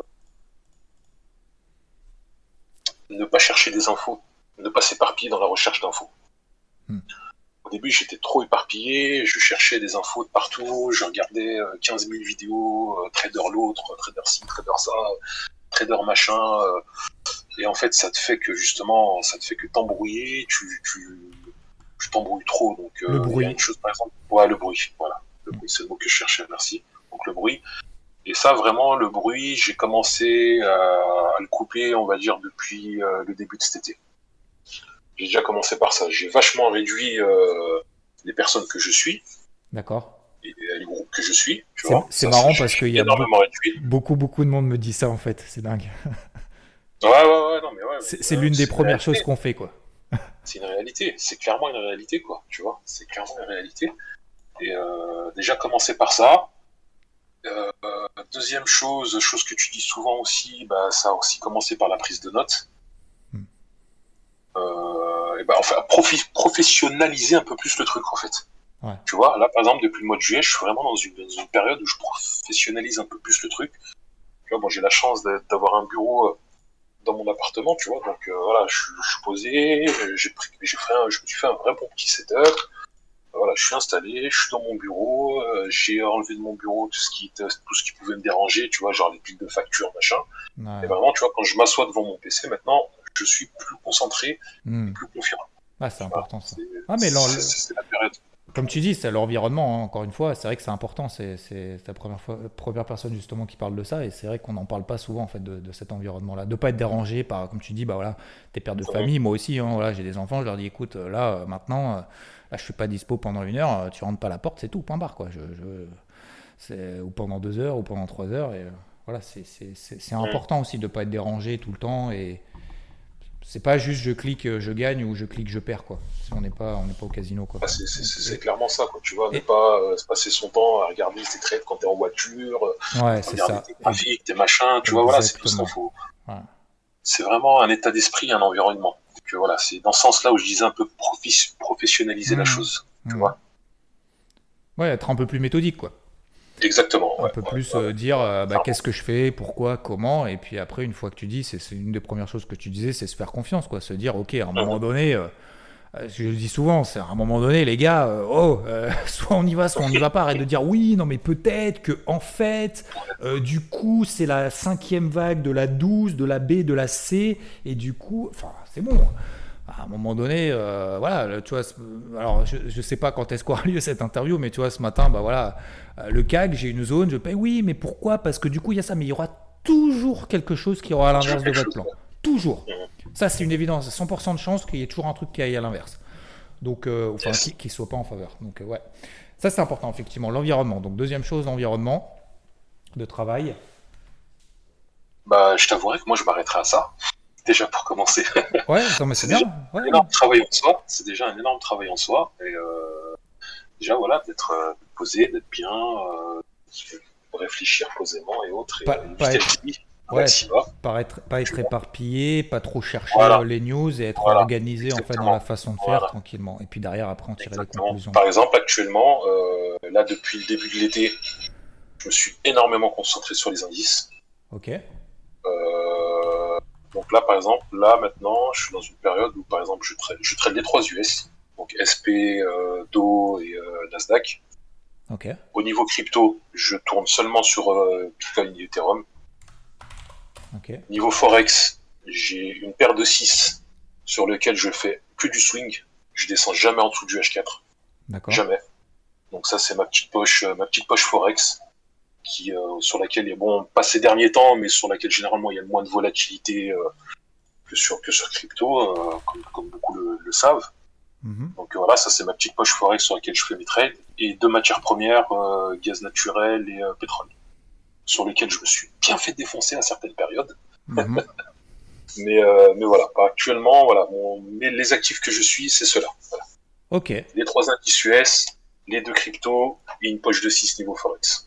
Speaker 3: ne pas chercher des infos, ne pas s'éparpiller dans la recherche d'infos.
Speaker 2: Hmm.
Speaker 3: Au début, j'étais trop éparpillé, je cherchais des infos de partout, je regardais euh, quinze mille vidéos, euh, trader l'autre, trader ci, trader ça, trader machin, euh, et en fait, ça te fait que justement, ça te fait que t'embrouiller, tu, tu, tu t'embrouilles trop. Donc,
Speaker 2: Le
Speaker 3: euh, il y a
Speaker 2: bruit.
Speaker 3: une chose, par exemple, ouais, le bruit, voilà. Le
Speaker 2: Hmm.
Speaker 3: bruit, c'est le mot que je cherchais, merci. Donc, le bruit. Et ça, vraiment, le bruit, j'ai commencé à, à le couper, on va dire, depuis euh, le début de cet été. J'ai déjà commencé par ça. J'ai vachement réduit euh, les personnes que je suis
Speaker 2: D'accord.
Speaker 3: et les groupes que je suis, tu
Speaker 2: C'est
Speaker 3: vois.
Speaker 2: c'est
Speaker 3: Ça,
Speaker 2: marrant
Speaker 3: j'ai
Speaker 2: parce qu'il y a
Speaker 3: énormément
Speaker 2: beaucoup,
Speaker 3: réduit.
Speaker 2: beaucoup, beaucoup de monde me dit ça en fait, c'est dingue.
Speaker 3: Ouais, ouais, ouais, non, mais ouais,
Speaker 2: C'est
Speaker 3: mais,
Speaker 2: c'est
Speaker 3: ouais,
Speaker 2: l'une des
Speaker 3: c'est une
Speaker 2: premières choses
Speaker 3: réalité.
Speaker 2: qu'on fait, quoi.
Speaker 3: C'est une réalité. C'est clairement une réalité, quoi. Tu vois, c'est clairement une réalité. Et euh, déjà commencer par ça. Euh, deuxième chose, chose que tu dis souvent aussi, bah, ça a aussi commencé par la prise de notes.
Speaker 2: Hmm.
Speaker 3: Euh, et bah, enfin, profi- professionnaliser un peu plus le truc, en fait.
Speaker 2: Ouais.
Speaker 3: Tu vois, là, par exemple, depuis le mois de juillet, je suis vraiment dans une, dans une période où je professionnalise un peu plus le truc. Tu vois, bon, j'ai la chance d'avoir un bureau euh, dans mon appartement, tu vois, donc euh, voilà, je, je suis posé, j'ai pris, j'ai fait un, je me suis fait un vrai bon petit setup. Voilà, je suis installé, je suis dans mon bureau, euh, j'ai enlevé de mon bureau tout ce qui tout ce qui pouvait me déranger, tu vois, genre les piles de factures, machin.
Speaker 2: Ouais.
Speaker 3: Et vraiment, tu vois, quand je m'assois devant mon P C maintenant, je suis plus concentré
Speaker 2: Hmm.
Speaker 3: et plus confiant.
Speaker 2: Ah, c'est
Speaker 3: Voilà,
Speaker 2: important ça.
Speaker 3: c'est
Speaker 2: Ah, mais l'en-
Speaker 3: c'est- c'est la période.
Speaker 2: comme tu dis, c'est l'environnement, hein, encore une fois, c'est vrai que c'est important, c'est c'est la première, fois, première personne justement qui parle de ça, et c'est vrai qu'on n'en parle pas souvent en fait de, de cet environnement-là, de ne pas être dérangé par, comme tu dis, bah voilà, tes pères de famille, moi aussi, hein, voilà, j'ai des enfants, je leur dis, écoute, euh, là, euh, maintenant, euh, là, je suis pas dispo pendant une heure, euh, tu rentres pas à la porte, c'est tout, point barre, quoi, je, je- c'est- ou pendant deux heures, ou pendant trois heures, et euh, voilà, c'est c'est- c'est- c'est
Speaker 3: Mm.
Speaker 2: important aussi de ne pas être dérangé tout le temps, et c'est pas juste je clique, euh, je gagne, ou je clique, je perds, quoi, on n'est pas, on n'est pas au casino, quoi.
Speaker 3: Ah, c'est c'est-
Speaker 2: Donc,
Speaker 3: c'est- c'est
Speaker 2: et-
Speaker 3: clairement ça, quoi. Tu vois, ne
Speaker 2: et-
Speaker 3: pas euh, se passer son temps à regarder tes trades quand t'es en voiture, euh,
Speaker 2: Ouais, c'est
Speaker 3: regarder
Speaker 2: ça.
Speaker 3: tes
Speaker 2: E-
Speaker 3: graphiques, tes machins, tu vois, voilà, c'est tout ça.
Speaker 2: Exactement.
Speaker 3: Faut...
Speaker 2: Ouais.
Speaker 3: C'est vraiment un état d'esprit, un environnement. Donc euh, voilà, c'est dans ce sens-là où je disais un peu profi- professionnaliser la
Speaker 2: Mhm.
Speaker 3: chose, tu
Speaker 2: Mhm.
Speaker 3: vois.
Speaker 2: Ouais, être un peu plus méthodique, quoi.
Speaker 3: Exactement,
Speaker 2: Un
Speaker 3: ouais.
Speaker 2: peu
Speaker 3: ouais,
Speaker 2: plus
Speaker 3: ouais,
Speaker 2: euh, dire euh, bah,
Speaker 3: clairement.
Speaker 2: qu'est-ce que je fais, pourquoi, comment, et puis après, une fois que tu dis, c'est c'est une des premières choses que tu disais, c'est se faire confiance, quoi. Se dire, ok, à un moment
Speaker 3: Mhm.
Speaker 2: donné, euh, euh, je le dis souvent, c'est à un moment donné, les gars, euh, oh, euh, soit on y va, soit on n'y va pas. Arrête de dire oui, non, mais peut-être que, en fait, euh, du coup, c'est la cinquième vague de la douze, de la B, de la C, et du coup, enfin, c'est bon. À un moment donné, euh, voilà, le- tu vois, ce- alors je ne sais pas quand est-ce qu'aura lieu cette interview, mais tu vois, ce matin, bah voilà, euh, le C A G, j'ai une zone, je paye, oui, mais pourquoi? Parce que du coup, il y a ça, mais il y aura toujours quelque chose qui aura à
Speaker 3: Toujours
Speaker 2: l'inverse de
Speaker 3: quelque
Speaker 2: votre
Speaker 3: chose,
Speaker 2: plan.
Speaker 3: ouais.
Speaker 2: Toujours.
Speaker 3: Mhm.
Speaker 2: Ça, c'est une évidence, cent pour cent de chance qu'il y ait toujours un truc qui aille à l'inverse. Donc, euh, enfin,
Speaker 3: Yes.
Speaker 2: qui ne soit pas en faveur. Donc, euh, ouais. Ça, c'est important, effectivement. L'environnement. Donc, deuxième chose, l'environnement de travail.
Speaker 3: Bah, je t'avouerai que moi, je m'arrêterai à ça. Déjà pour commencer.
Speaker 2: Ouais, non, mais c'est
Speaker 3: C'est déjà
Speaker 2: bien. Ouais,
Speaker 3: un énorme travail en soi. C'est déjà un énorme travail en soi. Et euh, déjà, voilà, d'être euh, posé, d'être bien, euh, réfléchir posément et autres, et
Speaker 2: pas,
Speaker 3: euh,
Speaker 2: pas
Speaker 3: éviter
Speaker 2: être,
Speaker 3: le dit, un
Speaker 2: ouais,
Speaker 3: maximum.
Speaker 2: pas être, pas être
Speaker 3: Tu vois.
Speaker 2: éparpillé, pas trop chercher
Speaker 3: Voilà,
Speaker 2: euh, les news et être
Speaker 3: voilà,
Speaker 2: organisé en fait dans la
Speaker 3: exactement.
Speaker 2: façon de faire
Speaker 3: Voilà,
Speaker 2: tranquillement. Et puis derrière, après, en tirer les
Speaker 3: exactement.
Speaker 2: conclusions.
Speaker 3: Par exemple, actuellement, euh, là, depuis le début de l'été, je me suis énormément concentré sur les indices.
Speaker 2: Ok.
Speaker 3: Euh, donc là, par exemple, là, maintenant, je suis dans une période où, par exemple, je trade, je trade les trois U S, donc S P, euh, D O et euh, Nasdaq.
Speaker 2: Ok.
Speaker 3: Au niveau crypto, je tourne seulement sur euh, Bitcoin et Ethereum.
Speaker 2: Ok.
Speaker 3: Niveau Forex, j'ai une paire de six sur lequel je fais que du swing. Je descends jamais en dessous du H quatre.
Speaker 2: D'accord.
Speaker 3: Jamais. Donc ça, c'est ma petite poche, euh, ma petite poche Forex, qui, euh, sur laquelle, est bon, pas ces derniers temps, mais sur laquelle généralement il y a moins de volatilité euh, que sur que sur crypto, euh, comme, comme beaucoup le, le savent.
Speaker 2: Mhm.
Speaker 3: Donc euh, voilà, ça c'est ma petite poche Forex sur laquelle je fais mes trades, et deux matières premières, euh, gaz naturel et euh, pétrole, sur lesquelles je me suis bien fait défoncer à certaines périodes.
Speaker 2: Mhm.
Speaker 3: Mais, euh, mais voilà, actuellement, voilà, mon, mais les actifs que je suis, c'est ceux-là. Voilà.
Speaker 2: Ok.
Speaker 3: Les trois indices U S, les deux cryptos et une poche de six niveau Forex.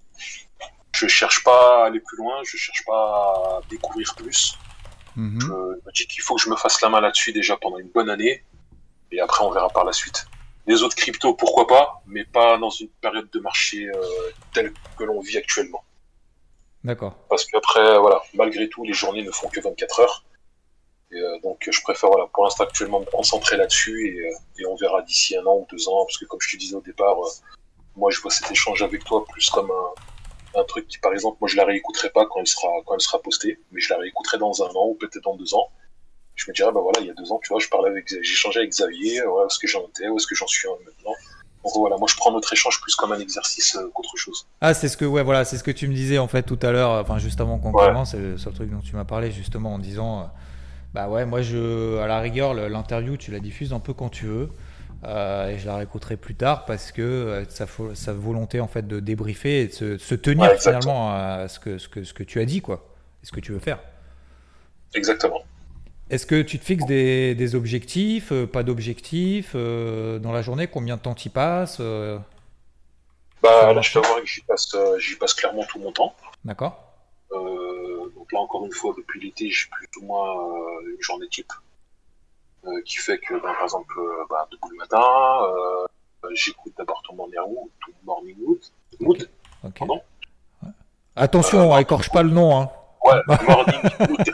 Speaker 3: Je cherche pas à aller plus loin, je cherche pas à découvrir plus.
Speaker 2: Mhm.
Speaker 3: Je me dis qu'il faut que je me fasse la main là-dessus déjà pendant une bonne année, et après on verra par la suite. Les autres cryptos, pourquoi pas, mais pas dans une période de marché euh, telle que l'on vit actuellement.
Speaker 2: D'accord.
Speaker 3: Parce qu'après, voilà, malgré tout, les journées ne font que vingt-quatre heures. Et euh, donc je préfère, voilà, pour l'instant actuellement, me concentrer là-dessus, et, euh, et on verra d'ici un an ou deux ans, parce que comme je te disais au départ, euh, moi je vois cet échange avec toi plus comme un, un truc qui, par exemple, moi je la réécouterai pas quand elle sera, quand elle sera postée, mais je la réécouterai dans un an ou peut-être dans deux ans. Je me dirais, bah voilà, il y a deux ans, tu vois, je parlais avec, j'ai échangé avec Xavier, voilà, où est-ce que j'en étais, où est-ce que j'en suis maintenant. Donc voilà, moi je prends notre échange plus comme un exercice euh, qu'autre chose.
Speaker 2: Ah, c'est ce que, ouais, voilà, c'est ce que tu me disais en fait tout à l'heure, enfin juste avant qu'on
Speaker 3: Ouais.
Speaker 2: commence, c'est le seul truc dont tu m'as parlé justement en disant, euh, bah ouais, moi je, à la rigueur, le- l'interview tu la diffuses un peu quand tu veux, euh, et je la réécouterai plus tard parce que euh, sa, fo- sa volonté en fait de débriefer et de se, de se tenir
Speaker 3: Ouais, exactement.
Speaker 2: finalement à ce que, ce que, ce que tu as dit quoi, et ce que tu veux faire.
Speaker 3: Exactement.
Speaker 2: Est-ce que tu te fixes des, des objectifs, euh, pas d'objectifs euh, dans la journée, combien de temps tu y passes euh, sur
Speaker 3: Bah
Speaker 2: le
Speaker 3: là, je
Speaker 2: marché?
Speaker 3: t'avoue que j'y passe, euh, j'y passe clairement tout mon temps.
Speaker 2: D'accord.
Speaker 3: Euh, donc là, encore une fois, depuis l'été, j'ai plus ou moins euh, une journée type, euh, qui fait que, bah, par exemple, euh, bah, debout le matin, euh, j'écoute d'abord ton morning mood, ton morning mood, mood,
Speaker 2: Ok.
Speaker 3: pardon.
Speaker 2: Ouais. Attention,
Speaker 3: Euh,
Speaker 2: écorche pas le nom. Hein.
Speaker 3: Ouais, Morning Mood.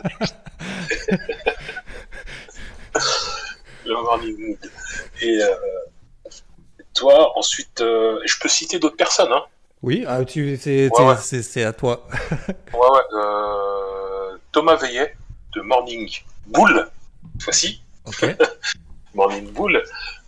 Speaker 3: Le Morning Mood. Et euh, toi, ensuite, euh, je peux citer d'autres personnes. Hein.
Speaker 2: Oui, ah, tu, c'est,
Speaker 3: Ouais,
Speaker 2: c'est,
Speaker 3: ouais.
Speaker 2: c'est, c'est à toi.
Speaker 3: Ouais, ouais. Euh, Thomas Veillet de Morning Bull, cette fois-ci.
Speaker 2: Ok.
Speaker 3: Morning Bull,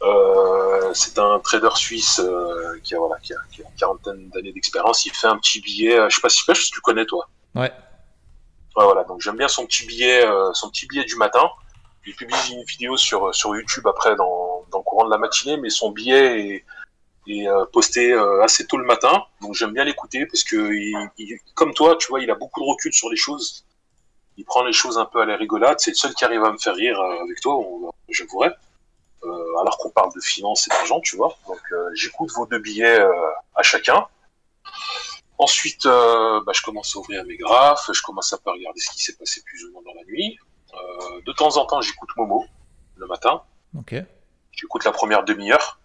Speaker 3: euh, c'est un trader suisse euh, qui, a, voilà, qui, a, qui a une quarantaine d'années d'expérience. Il fait un petit billet, euh, je sais pas si, je sais pas si tu connais toi.
Speaker 2: Ouais.
Speaker 3: Ouais, voilà, donc j'aime bien son petit billet, euh, son petit billet du matin. Il publie une vidéo sur sur YouTube après dans, dans le courant de la matinée, mais son billet est, est euh, posté euh, assez tôt le matin. Donc j'aime bien l'écouter parce que il, il, comme toi, tu vois, il a beaucoup de recul sur les choses. Il prend les choses un peu à la rigolade. C'est le seul qui arrive à me faire rire euh, avec toi, on, j'avouerai. Euh, alors qu'on parle de finance et d'argent, tu vois. Donc euh, j'écoute vos deux billets euh, à chacun. Ensuite, euh, bah, je commence à ouvrir mes graphes, je commence à pas regarder ce qui s'est passé plus ou moins dans la nuit. Euh, de temps en temps, j'écoute Momo le matin.
Speaker 2: Ok.
Speaker 3: J'écoute la première demi-heure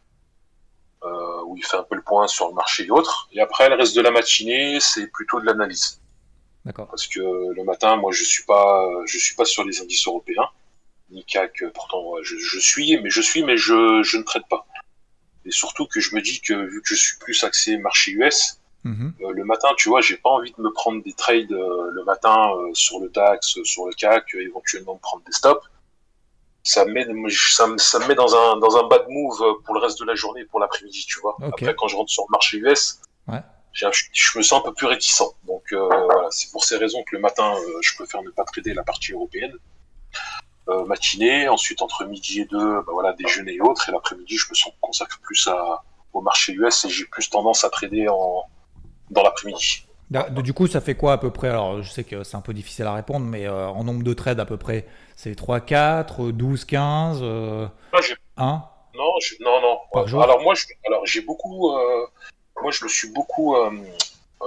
Speaker 3: euh, où il fait un peu le point sur le marché et autres. Et après, le reste de la matinée, c'est plutôt de l'analyse.
Speaker 2: D'accord.
Speaker 3: Parce que le matin, moi, je suis pas, je suis pas sur les indices européens, ni C A C. Pourtant, je, je suis, mais je suis, mais je, je ne traite pas. Et surtout que je me dis que vu que je suis plus axé marché U S.
Speaker 2: Mm-hmm.
Speaker 3: Euh, le matin, tu vois, j'ai pas envie de me prendre des trades euh, le matin euh, sur le DAX, sur le C A C, euh, éventuellement me prendre des stops. Ça me met, ça me, ça me met dans un dans un bad move pour le reste de la journée et pour l'après-midi, tu vois.
Speaker 2: Okay.
Speaker 3: Après, quand je rentre sur le marché U S,
Speaker 2: ouais.
Speaker 3: j'ai, je, je me sens un peu plus réticent. Donc euh, voilà, c'est pour ces raisons que le matin, euh, je préfère ne pas trader la partie européenne. Euh, matinée, ensuite entre midi et deux, bah voilà, déjeuner et autres, et l'après-midi, je me consacre plus à, au marché U S et j'ai plus tendance à trader en dans l'après-midi.
Speaker 2: Du coup, ça fait quoi à peu près? Alors, je sais que c'est un peu difficile à répondre, mais euh, en nombre de trades à peu près, c'est trois, quatre, douze, quinze, euh,
Speaker 3: non, j'ai...
Speaker 2: un
Speaker 3: Non, je... non, non.
Speaker 2: Par
Speaker 3: euh,
Speaker 2: jour.
Speaker 3: Alors moi, je... alors j'ai beaucoup, euh... moi je me suis beaucoup euh... Euh...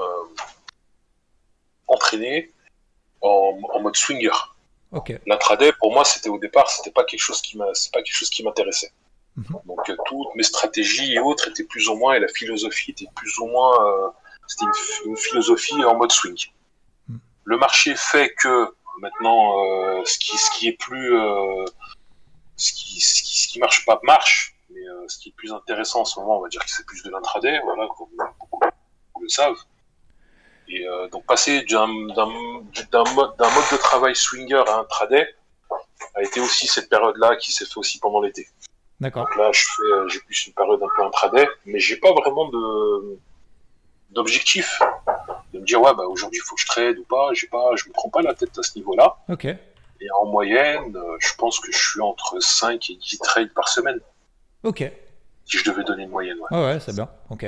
Speaker 3: entraîné en... en mode swinger.
Speaker 2: Ok.
Speaker 3: L'intraday, pour moi, c'était au départ, c'était pas quelque chose qui m'a, c'est pas quelque chose qui m'intéressait.
Speaker 2: Mm-hmm.
Speaker 3: Donc euh, toutes mes stratégies et autres étaient plus ou moins, et la philosophie était plus ou moins, euh... c'était une... une philosophie en mode swing. Mm. Le marché fait que maintenant, euh... ce qui, ce qui est plus, euh... ce qui, ce qui, ce qui marche pas marche. Mais euh, ce qui est plus intéressant en ce moment, on va dire que c'est plus de l'intraday, voilà, comme beaucoup le savent. Et euh, donc passer d'un, d'un, d'un, mode, d'un mode de travail swinger à intraday a été aussi cette période-là qui s'est fait aussi pendant l'été.
Speaker 2: D'accord.
Speaker 3: Donc là, je fais, j'ai plus une période un peu intraday, mais j'ai pas vraiment de d'objectif de me dire ouais bah aujourd'hui il faut que je trade ou pas. J'ai pas, je me prends pas la tête à ce niveau-là.
Speaker 2: Ok.
Speaker 3: Et en moyenne, je pense que je suis entre cinq et dix trades par semaine.
Speaker 2: Ok.
Speaker 3: Si je devais donner une moyenne, ouais.
Speaker 2: Ah ouais, c'est bien. Ok.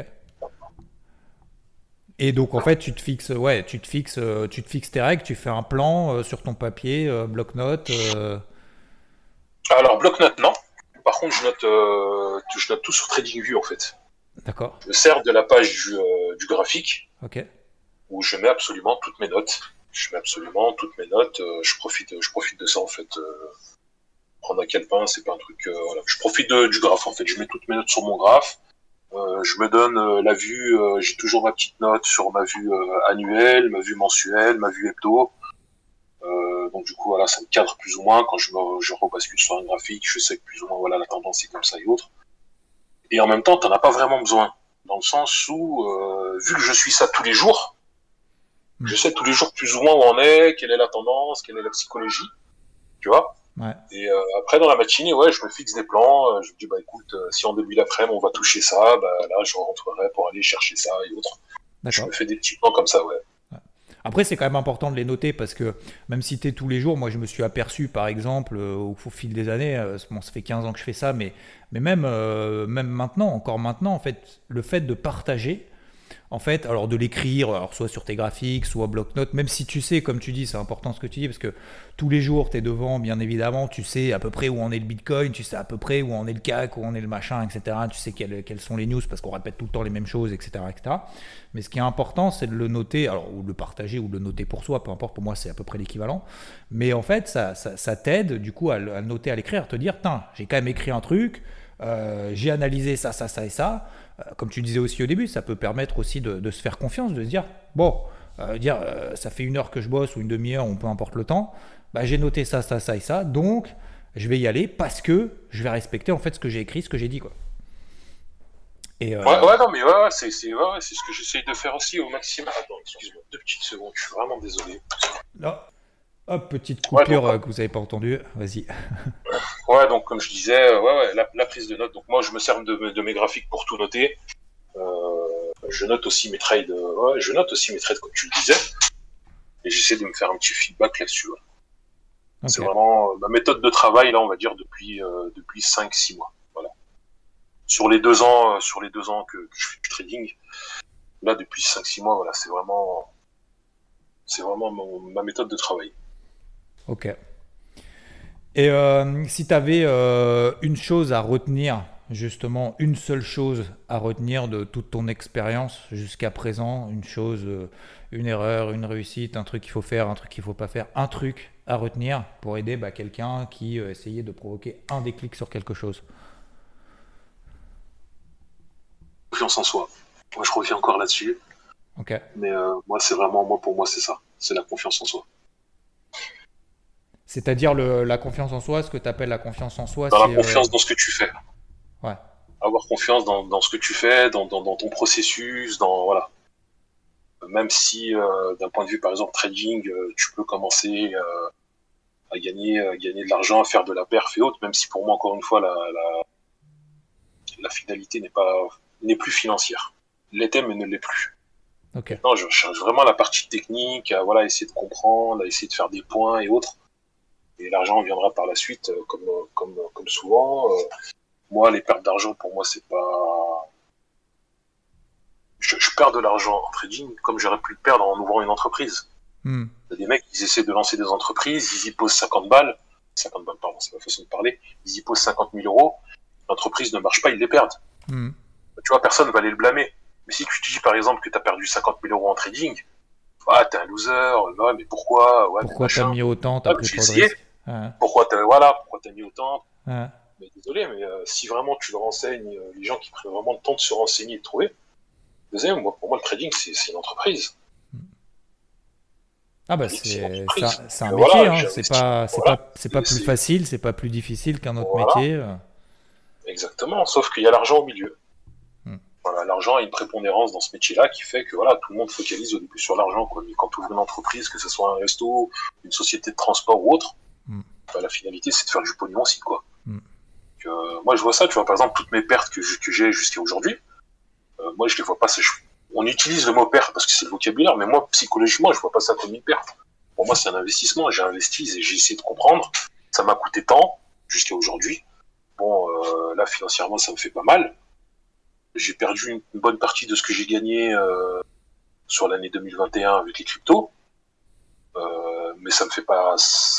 Speaker 2: Et donc en fait, tu te fixes, ouais, tu te fixes, tu te fixes tes règles, tu fais un plan euh, sur ton papier, euh, bloc-notes. Euh...
Speaker 3: Alors bloc-notes, non. Par contre, je note, euh, je note tout sur TradingView en fait.
Speaker 2: D'accord.
Speaker 3: Je me sers de la page du, euh, du graphique.
Speaker 2: Ok.
Speaker 3: Où je mets absolument toutes mes notes. Je mets absolument toutes mes notes. Euh, je profite, je profite de ça en fait. Euh, prendre un calepin, c'est pas un truc. Euh, voilà. Je profite de, du graphe en fait. Je mets toutes mes notes sur mon graphe. Euh, je me donne euh, la vue. Euh, j'ai toujours ma petite note sur ma vue euh, annuelle, ma vue mensuelle, ma vue hebdo. Euh, donc du coup voilà, ça me cadre plus ou moins quand je me, je rebascule sur un graphique. Je sais que plus ou moins voilà la tendance est comme ça et autres. Et en même temps, t'en as pas vraiment besoin, dans le sens où euh, vu que je suis ça tous les jours. Je sais tous les jours plus ou moins où on est, quelle est la tendance, quelle est la psychologie, tu vois.
Speaker 2: Ouais.
Speaker 3: Et euh, après, dans la matinée, ouais, je me fixe des plans. Euh, je me dis, bah écoute, euh, si en début d'après-midi, on va toucher ça, bah là, je rentrerai pour aller chercher ça et autres. D'accord. Je me fais des petits plans comme ça, ouais.
Speaker 2: ouais. Après, c'est quand même important de les noter parce que même si tu es tous les jours, moi, je me suis aperçu, par exemple, euh, au, au fil des années, euh, bon, ça fait quinze ans que je fais ça, mais, mais même, euh, même maintenant, encore maintenant, en fait, le fait de partager, en fait, alors de l'écrire, alors soit sur tes graphiques, soit bloc-notes, même si tu sais, comme tu dis, c'est important ce que tu dis, parce que tous les jours, tu es devant, bien évidemment, tu sais à peu près où en est le Bitcoin, tu sais à peu près où en est le C A C, où en est le machin, et cetera. Tu sais quelles, quelles sont les news, parce qu'on répète tout le temps les mêmes choses, et cetera, et cetera. Mais ce qui est important, c'est de le noter, alors ou de le partager, ou de le noter pour soi, peu importe, pour moi, c'est à peu près l'équivalent. Mais en fait, ça, ça, ça t'aide, du coup, à le, à le noter, à l'écrire, à te dire, tiens, j'ai quand même écrit un truc, euh, j'ai analysé ça, ça, ça et ça. Comme tu disais aussi au début, ça peut permettre aussi de, de se faire confiance, de se dire, bon, euh, dire euh, ça fait une heure que je bosse ou une demi-heure, ou peu importe le temps, bah, j'ai noté ça, ça, ça et ça, donc je vais y aller parce que je vais respecter en fait ce que j'ai écrit, ce que j'ai dit, quoi. Et euh...
Speaker 3: ouais, ouais, non, mais ouais, ouais, c'est, c'est, ouais, ouais, c'est ce que j'essaye de faire aussi au maximum. Attends, excuse-moi, deux petites secondes, je suis vraiment désolé.
Speaker 2: Là, hop, petite coupure
Speaker 3: ouais, donc,
Speaker 2: euh, que vous n'avez pas entendue, vas-y.
Speaker 3: Ouais, donc comme je disais, ouais, ouais, la, la prise de notes. Donc moi, je me sers de, de mes graphiques pour tout noter. Euh, je note aussi mes trades, ouais, je note aussi mes trades comme tu le disais. Et j'essaie de me faire un petit feedback là-dessus. Ouais. Okay. C'est vraiment ma méthode de travail, là, on va dire, depuis, euh, depuis cinq six mois. Voilà. Sur les deux ans, euh, sur les deux ans que, que je fais du trading, là, depuis cinq six mois, voilà, c'est vraiment, c'est vraiment mon, ma méthode de travail.
Speaker 2: Ok. Et euh, si tu avais euh, une chose à retenir, justement, une seule chose à retenir de toute ton expérience jusqu'à présent, une chose, euh, une erreur, une réussite, un truc qu'il faut faire, un truc qu'il ne faut pas faire, un truc à retenir pour aider bah, quelqu'un qui euh, essayait de provoquer un déclic sur quelque chose.
Speaker 3: Confiance en soi. Moi, je reviens encore là-dessus.
Speaker 2: Ok.
Speaker 3: Mais euh, moi, c'est vraiment, moi, pour moi, c'est ça. C'est la confiance en soi.
Speaker 2: C'est-à-dire le, la confiance en soi, ce que tu appelles la confiance en soi,
Speaker 3: dans
Speaker 2: c'est...
Speaker 3: la confiance
Speaker 2: euh...
Speaker 3: dans ce que tu fais.
Speaker 2: Ouais.
Speaker 3: Avoir confiance dans, dans ce que tu fais, dans, dans, dans ton processus, dans... Voilà. Même si, euh, d'un point de vue, par exemple, trading, euh, tu peux commencer euh, à gagner, à gagner de l'argent, à faire de la perf et autres, même si pour moi, encore une fois, la, la, la finalité n'est pas, n'est plus financière. L'était, mais ne l'est plus.
Speaker 2: Okay.
Speaker 3: Maintenant, je cherche vraiment la partie technique, à voilà, essayer de comprendre, à essayer de faire des points et autres. Et l'argent viendra par la suite, comme, comme, comme souvent. Euh, moi, les pertes d'argent, pour moi, c'est pas... Je, je perds de l'argent en trading comme j'aurais pu le perdre en ouvrant une entreprise.
Speaker 2: Mm.
Speaker 3: Il y a des mecs, ils essaient de lancer des entreprises, ils y posent cinquante balles, cinquante balles, pardon, c'est ma façon de parler, ils y posent cinquante mille euros, l'entreprise ne marche pas, ils les perdent.
Speaker 2: Mm.
Speaker 3: Tu vois, personne va aller le blâmer. Mais si tu te dis, par exemple, que tu as perdu cinquante mille euros en trading, ah, t'es un loser, ouais, mais pourquoi ouais,
Speaker 2: Pourquoi
Speaker 3: mais
Speaker 2: t'as mis autant, t'as
Speaker 3: ah,
Speaker 2: pris
Speaker 3: j'ai
Speaker 2: trop de
Speaker 3: essayé.
Speaker 2: risques. Ouais.
Speaker 3: Pourquoi t'as, voilà, pourquoi t'as mis autant
Speaker 2: ouais.
Speaker 3: Mais désolé, mais euh, si vraiment tu le renseignes, euh, les gens qui prennent vraiment le temps de se renseigner et de trouver, deuxième, moi, pour moi, le trading, c'est, c'est une entreprise.
Speaker 2: Ah bah c'est, c'est, c'est, c'est un
Speaker 3: euh,
Speaker 2: métier,
Speaker 3: voilà,
Speaker 2: hein. c'est pas, c'est voilà. pas, c'est pas plus c'est... facile, c'est pas plus difficile qu'un autre voilà. métier.
Speaker 3: Exactement, sauf qu'il y a l'argent au milieu. Hmm. Voilà, l'argent a une prépondérance dans ce métier-là qui fait que voilà, tout le monde focalise au début sur l'argent, quoi. Mais quand tu ouvres une entreprise, que ce soit un resto, une société de transport ou autre, hmm. bah, la finalité c'est de faire du pognon aussi, quoi. Hmm. Donc, euh, moi je vois ça, tu vois, par exemple, toutes mes pertes que, je, que j'ai jusqu'à aujourd'hui, euh, moi je les vois pas, c'est, on utilise le mot perte parce que c'est le vocabulaire, mais moi psychologiquement je vois pas ça comme une perte. Pour moi c'est un investissement, j'ai investi, j'ai essayé de comprendre, ça m'a coûté tant jusqu'à aujourd'hui. Bon, euh, là financièrement ça me fait pas mal. J'ai perdu une, une bonne partie de ce que j'ai gagné euh, sur l'année deux mille vingt et un avec les cryptos, euh, mais ça me fait pas,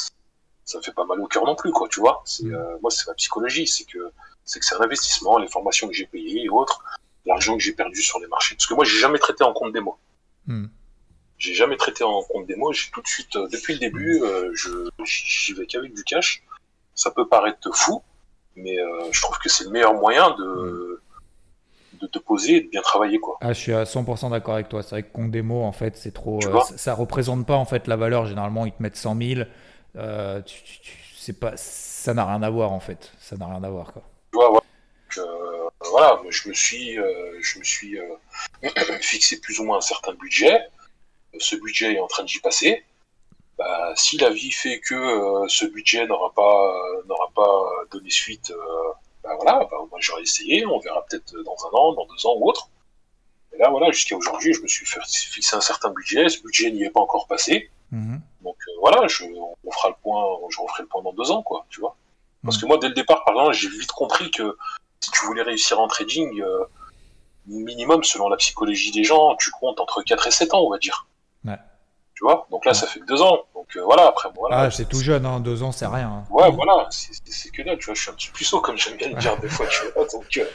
Speaker 3: ça me fait pas mal au cœur non plus, quoi. Tu vois, c'est, euh, moi c'est ma psychologie, c'est que c'est que c'est un investissement, les formations que j'ai payées et autres, l'argent que j'ai perdu sur les marchés. Parce que moi j'ai jamais traité en compte démo. Mm. J'ai jamais traité en compte démo. J'ai tout de suite, euh, depuis le début, euh, je j'y vais qu'avec du cash. Ça peut paraître fou, mais euh, je trouve que c'est le meilleur moyen de de te poser et de bien travailler, quoi.
Speaker 2: Ah, je suis à cent pour cent d'accord avec toi. C'est vrai que compte démo, en fait, c'est trop. Euh, ça, ça représente pas en fait la valeur. Généralement, ils te mettent cent mille. Euh, tu, tu, tu, c'est pas, ça n'a rien à voir en fait. Ça n'a rien à voir, quoi.
Speaker 3: Tu vois, voilà. Donc, euh, voilà, je me suis, euh, je me suis euh, fixé plus ou moins un certain budget. Ce budget est en train d'y passer. Bah, si la vie fait que euh, ce budget n'aura pas, euh, n'aura pas donné suite. Euh, Ben voilà, ben moi j'aurais essayé, on verra peut-être dans un an, dans deux ans ou autre. Et là voilà, jusqu'à aujourd'hui, je me suis fait fixer un certain budget, ce budget n'y est pas encore passé. Mmh. Donc euh, voilà, je, on fera le point, je referai le point dans deux ans, quoi, tu vois. Parce mmh. que moi, dès le départ, par exemple, j'ai vite compris que si tu voulais réussir en trading, euh, minimum, selon la psychologie des gens, tu comptes entre quatre et sept ans, on va dire. Ouais. Tu vois, donc là, ouais. ça fait que deux ans. Donc euh, voilà, après, voilà.
Speaker 2: Ah, c'est, c'est tout jeune, hein, deux ans, c'est rien. Hein.
Speaker 3: Ouais, mmh. voilà, c'est, c'est, c'est que dalle, tu vois, je suis un petit puceau, comme j'aime bien le dire des fois, tu vois. Donc, euh...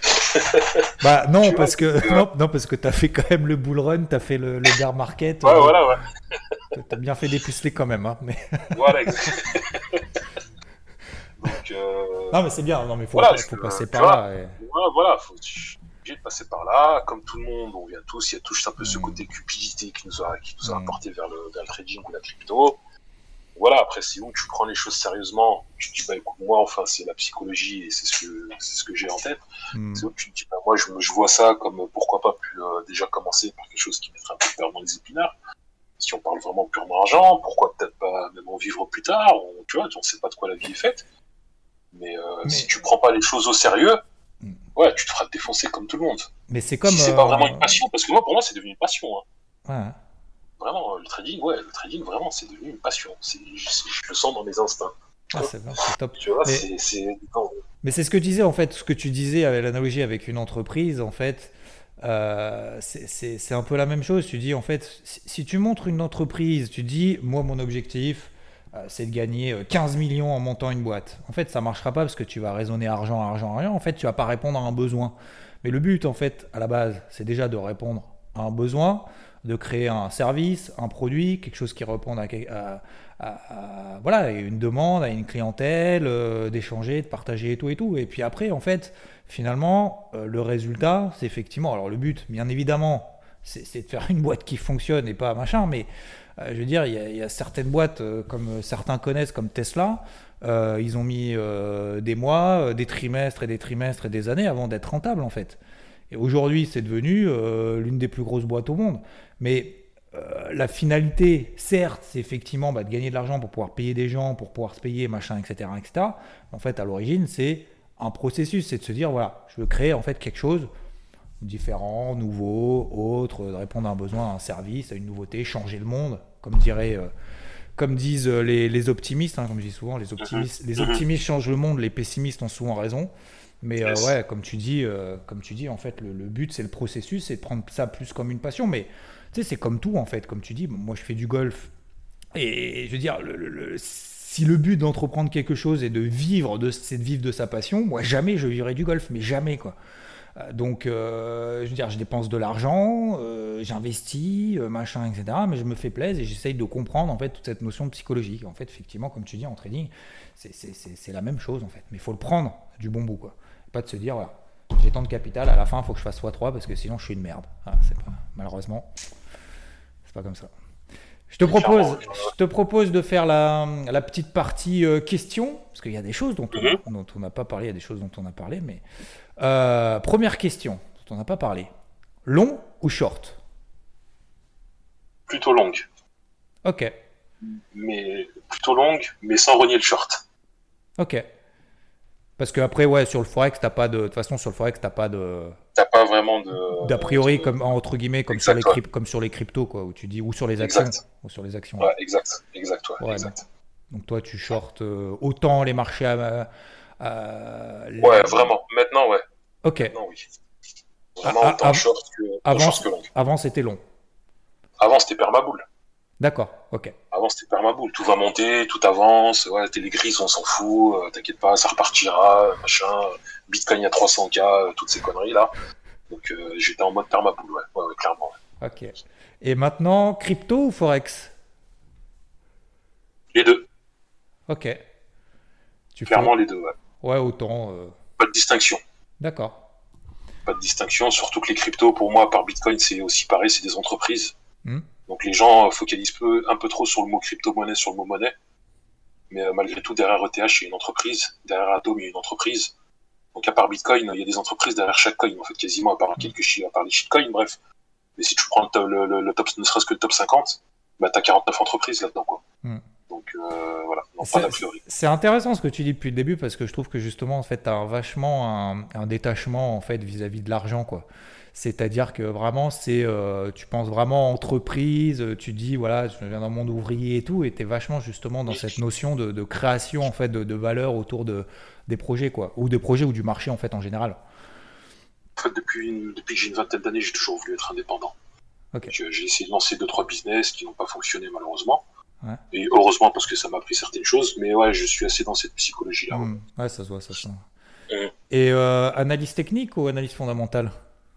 Speaker 2: bah non, parce vois, que, euh... non, non, parce que t'as fait quand même le bull run, t'as fait le, le bear market.
Speaker 3: Ouais, euh, voilà, ouais.
Speaker 2: T'as bien fait dépuceler quand même, hein. Mais...
Speaker 3: voilà, exactement. Donc, euh...
Speaker 2: non, mais c'est bien, non, mais faut,
Speaker 3: voilà,
Speaker 2: faut
Speaker 3: je,
Speaker 2: passer
Speaker 3: euh,
Speaker 2: par
Speaker 3: vois,
Speaker 2: là. Et...
Speaker 3: Voilà, voilà, faut... obligé de passer par là. Comme tout le monde, on vient tous, il y a tous un peu ce
Speaker 2: Mmh.
Speaker 3: côté cupidité qui nous a, qui nous a
Speaker 2: Mmh.
Speaker 3: apporté vers le, vers le trading ou la crypto. Voilà, après, c'est où tu prends les choses sérieusement, tu te dis, bah écoute, moi, enfin, c'est la psychologie et c'est ce que, c'est ce que j'ai en tête.
Speaker 2: Mmh.
Speaker 3: C'est où tu te dis, bah moi, je, je vois ça comme, pourquoi pas, plus, euh, déjà commencer par quelque chose qui mettrait un peu de beurre dans les épinards. Si on parle vraiment purement argent, pourquoi peut-être pas même en vivre plus tard, on, tu vois, on sait pas de quoi la vie est faite. Mais, euh,
Speaker 2: Mais-
Speaker 3: si tu prends pas les choses au sérieux,
Speaker 2: Mm.
Speaker 3: ouais, tu te feras défoncer comme tout le monde.
Speaker 2: Mais c'est comme.
Speaker 3: Si c'est
Speaker 2: euh,
Speaker 3: pas vraiment une passion, parce que moi, pour moi, c'est devenu une passion. Hein.
Speaker 2: ouais.
Speaker 3: Vraiment, le trading, ouais, le trading, vraiment, c'est devenu une passion. C'est, je, je le sens dans mes instincts.
Speaker 2: Ah, c'est, c'est top.
Speaker 3: Tu vois,
Speaker 2: Mais-
Speaker 3: c'est, c'est, non,
Speaker 2: Mais c'est ce que disais en fait, ce que tu disais avec l'analogie avec une entreprise, en fait, euh, c'est, c'est- c'est un peu la même chose. Tu dis en fait, si, si tu montres une entreprise, tu dis, moi mon objectif, euh, c'est de gagner euh, quinze millions en montant une boîte. En fait, ça marchera pas parce que tu vas raisonner argent, argent, argent. En fait, tu vas pas répondre à un besoin. Mais le but, en fait, à la base, c'est déjà de répondre à un besoin, de créer un service, un produit, quelque chose qui réponde à, quel- à- à- à- voilà, à une demande, à une clientèle, euh, d'échanger, de partager et tout et tout. Et puis après, en fait, finalement, euh, le résultat, c'est effectivement, alors le but, bien évidemment, c'est, c'est de faire une boîte qui fonctionne et pas machin, mais euh, je veux dire, il y a, il y a certaines boîtes, euh, comme certains connaissent, comme Tesla, euh, ils ont mis euh, des mois, euh, des trimestres et des trimestres et des années avant d'être rentable en fait. Et aujourd'hui, c'est devenu euh, l'une des plus grosses boîtes au monde. Mais euh, la finalité, certes, c'est effectivement bah, de gagner de l'argent pour pouvoir payer des gens, pour pouvoir se payer, machin, et cetera, et cetera. En fait, à l'origine, c'est un processus, c'est de se dire, voilà, je veux créer en fait quelque chose de différent, nouveau, autre, de répondre à un besoin, à un service, à une nouveauté, changer le monde, comme dirait, euh, comme disent euh, les, les optimistes, hein, comme je dis souvent, les optimistes, les optimistes changent le monde, les pessimistes ont souvent raison. Mais euh,
Speaker 3: Yes.
Speaker 2: ouais, comme tu dis, euh, comme tu dis, en fait, le, le but c'est le processus, c'est de prendre ça plus comme une passion. Mais tu sais, c'est comme tout en fait, comme tu dis. Bon, moi, je fais du golf et je veux dire, le- le- le- si le but d'entreprendre quelque chose est de vivre, de, c'est de vivre de sa passion, moi jamais je vivrai du golf, mais jamais quoi. Euh, Donc, euh, je veux dire, je dépense de l'argent, euh, j'investis, euh, machin, et cetera. Mais je me fais plaisir et j'essaye de comprendre en fait toute cette notion psychologique. En fait, effectivement, comme tu dis en trading, c'est, c'est, c'est, c'est la même chose en fait. Mais il faut le prendre du bon bout quoi. Pas de se dire, voilà, j'ai tant de capital, à la fin, il faut que je fasse fois trois parce que sinon je suis une merde. Voilà, c'est pas, malheureusement, c'est pas comme ça. Je te propose, je te propose de faire la, la petite partie euh, questions, parce qu'il y a des choses dont
Speaker 3: Mhm.
Speaker 2: on dont on n'a pas parlé, il y a des choses dont on a parlé, mais euh, première question dont on n'a pas parlé. Long ou short?
Speaker 3: plutôt longue.
Speaker 2: Ok,
Speaker 3: Mais, plutôt longue, mais sans renier le short.
Speaker 2: ok. Parce que après, ouais, sur le forex, t'as pas de, de toute façon, sur le forex, t'as pas de,
Speaker 3: T'as pas vraiment de.
Speaker 2: d'a priori,
Speaker 3: de-
Speaker 2: comme entre guillemets, comme
Speaker 3: Exact,
Speaker 2: sur les
Speaker 3: ouais.
Speaker 2: cryp- comme sur les cryptos, quoi, où tu dis, ou sur les actions,
Speaker 3: Exact.
Speaker 2: ou sur les actions.
Speaker 3: Ouais, exact, exact, ouais,
Speaker 2: Ouais,
Speaker 3: exact.
Speaker 2: Donc toi, tu shortes euh, autant les marchés à, à- les-
Speaker 3: Ouais, vraiment. Maintenant, ouais.
Speaker 2: Ok.
Speaker 3: Maintenant, oui. Vraiment
Speaker 2: Ah,
Speaker 3: autant
Speaker 2: ah,
Speaker 3: short que, autant
Speaker 2: Avant,
Speaker 3: short que long.
Speaker 2: avant c'était long.
Speaker 3: Avant, c'était permaboule.
Speaker 2: D'accord. Ok.
Speaker 3: Avant, c'était permaboule. Tout va monter, tout avance. Ouais, t'es les grises, on s'en fout. euh, T'inquiète pas, ça repartira, euh, machin. Bitcoin à trois cents K, euh, toutes ces conneries là. Donc, euh, j'étais en mode permaboule, ouais, ouais, ouais, clairement. Ouais.
Speaker 2: Ok. Et maintenant, crypto ou forex?
Speaker 3: Les deux,
Speaker 2: Ok. Tu
Speaker 3: clairement
Speaker 2: fais...
Speaker 3: les deux, ouais.
Speaker 2: Ouais, autant. euh,
Speaker 3: Pas de distinction.
Speaker 2: D'accord.
Speaker 3: Pas de distinction, surtout que les cryptos, pour moi, par Bitcoin, c'est aussi pareil, c'est des entreprises.
Speaker 2: Hmm.
Speaker 3: Donc les gens euh, focalisent peu, un peu trop sur le mot crypto-monnaie, sur le mot monnaie. Mais euh, malgré tout, derrière E T H, il y a une entreprise. Derrière Atom, il y a une entreprise. Donc à part Bitcoin, il y a des entreprises derrière chaque coin, en fait, quasiment, à part quelques chiffres, à part les shitcoins, bref. Mais si tu prends le, top- le, le, le top, ne serait-ce que le top cinquante, bah t'as quarante-neuf entreprises là-dedans, quoi.
Speaker 2: Hmm.
Speaker 3: Donc euh, voilà, non, pas
Speaker 2: C'est,
Speaker 3: d'a priori.
Speaker 2: c'est intéressant ce que tu dis depuis le début parce que je trouve que justement en fait tu as un, vachement un, un détachement en fait vis-à-vis de l'argent quoi. C'est-à-dire que vraiment c'est euh, tu penses vraiment entreprise, tu dis voilà je viens d'un monde ouvrier et tout et tu es vachement justement dans cette notion de, de création en fait de, de valeur autour de des projets quoi ou des projets ou du marché en fait en général.
Speaker 3: En fait, depuis, une- depuis que j'ai une vingtaine d'années, j'ai toujours voulu être indépendant.
Speaker 2: Ok.
Speaker 3: Donc, euh, j'ai essayé de lancer deux trois business qui n'ont pas fonctionné malheureusement.
Speaker 2: Ouais.
Speaker 3: Et heureusement parce que ça m'a appris certaines choses. Mais ouais, je suis assez dans cette psychologie-là. Ouais.
Speaker 2: Hmm. Ouais ça se voit ça se voit.
Speaker 3: Mm.
Speaker 2: Et euh, analyse technique ou analyse fondamentale?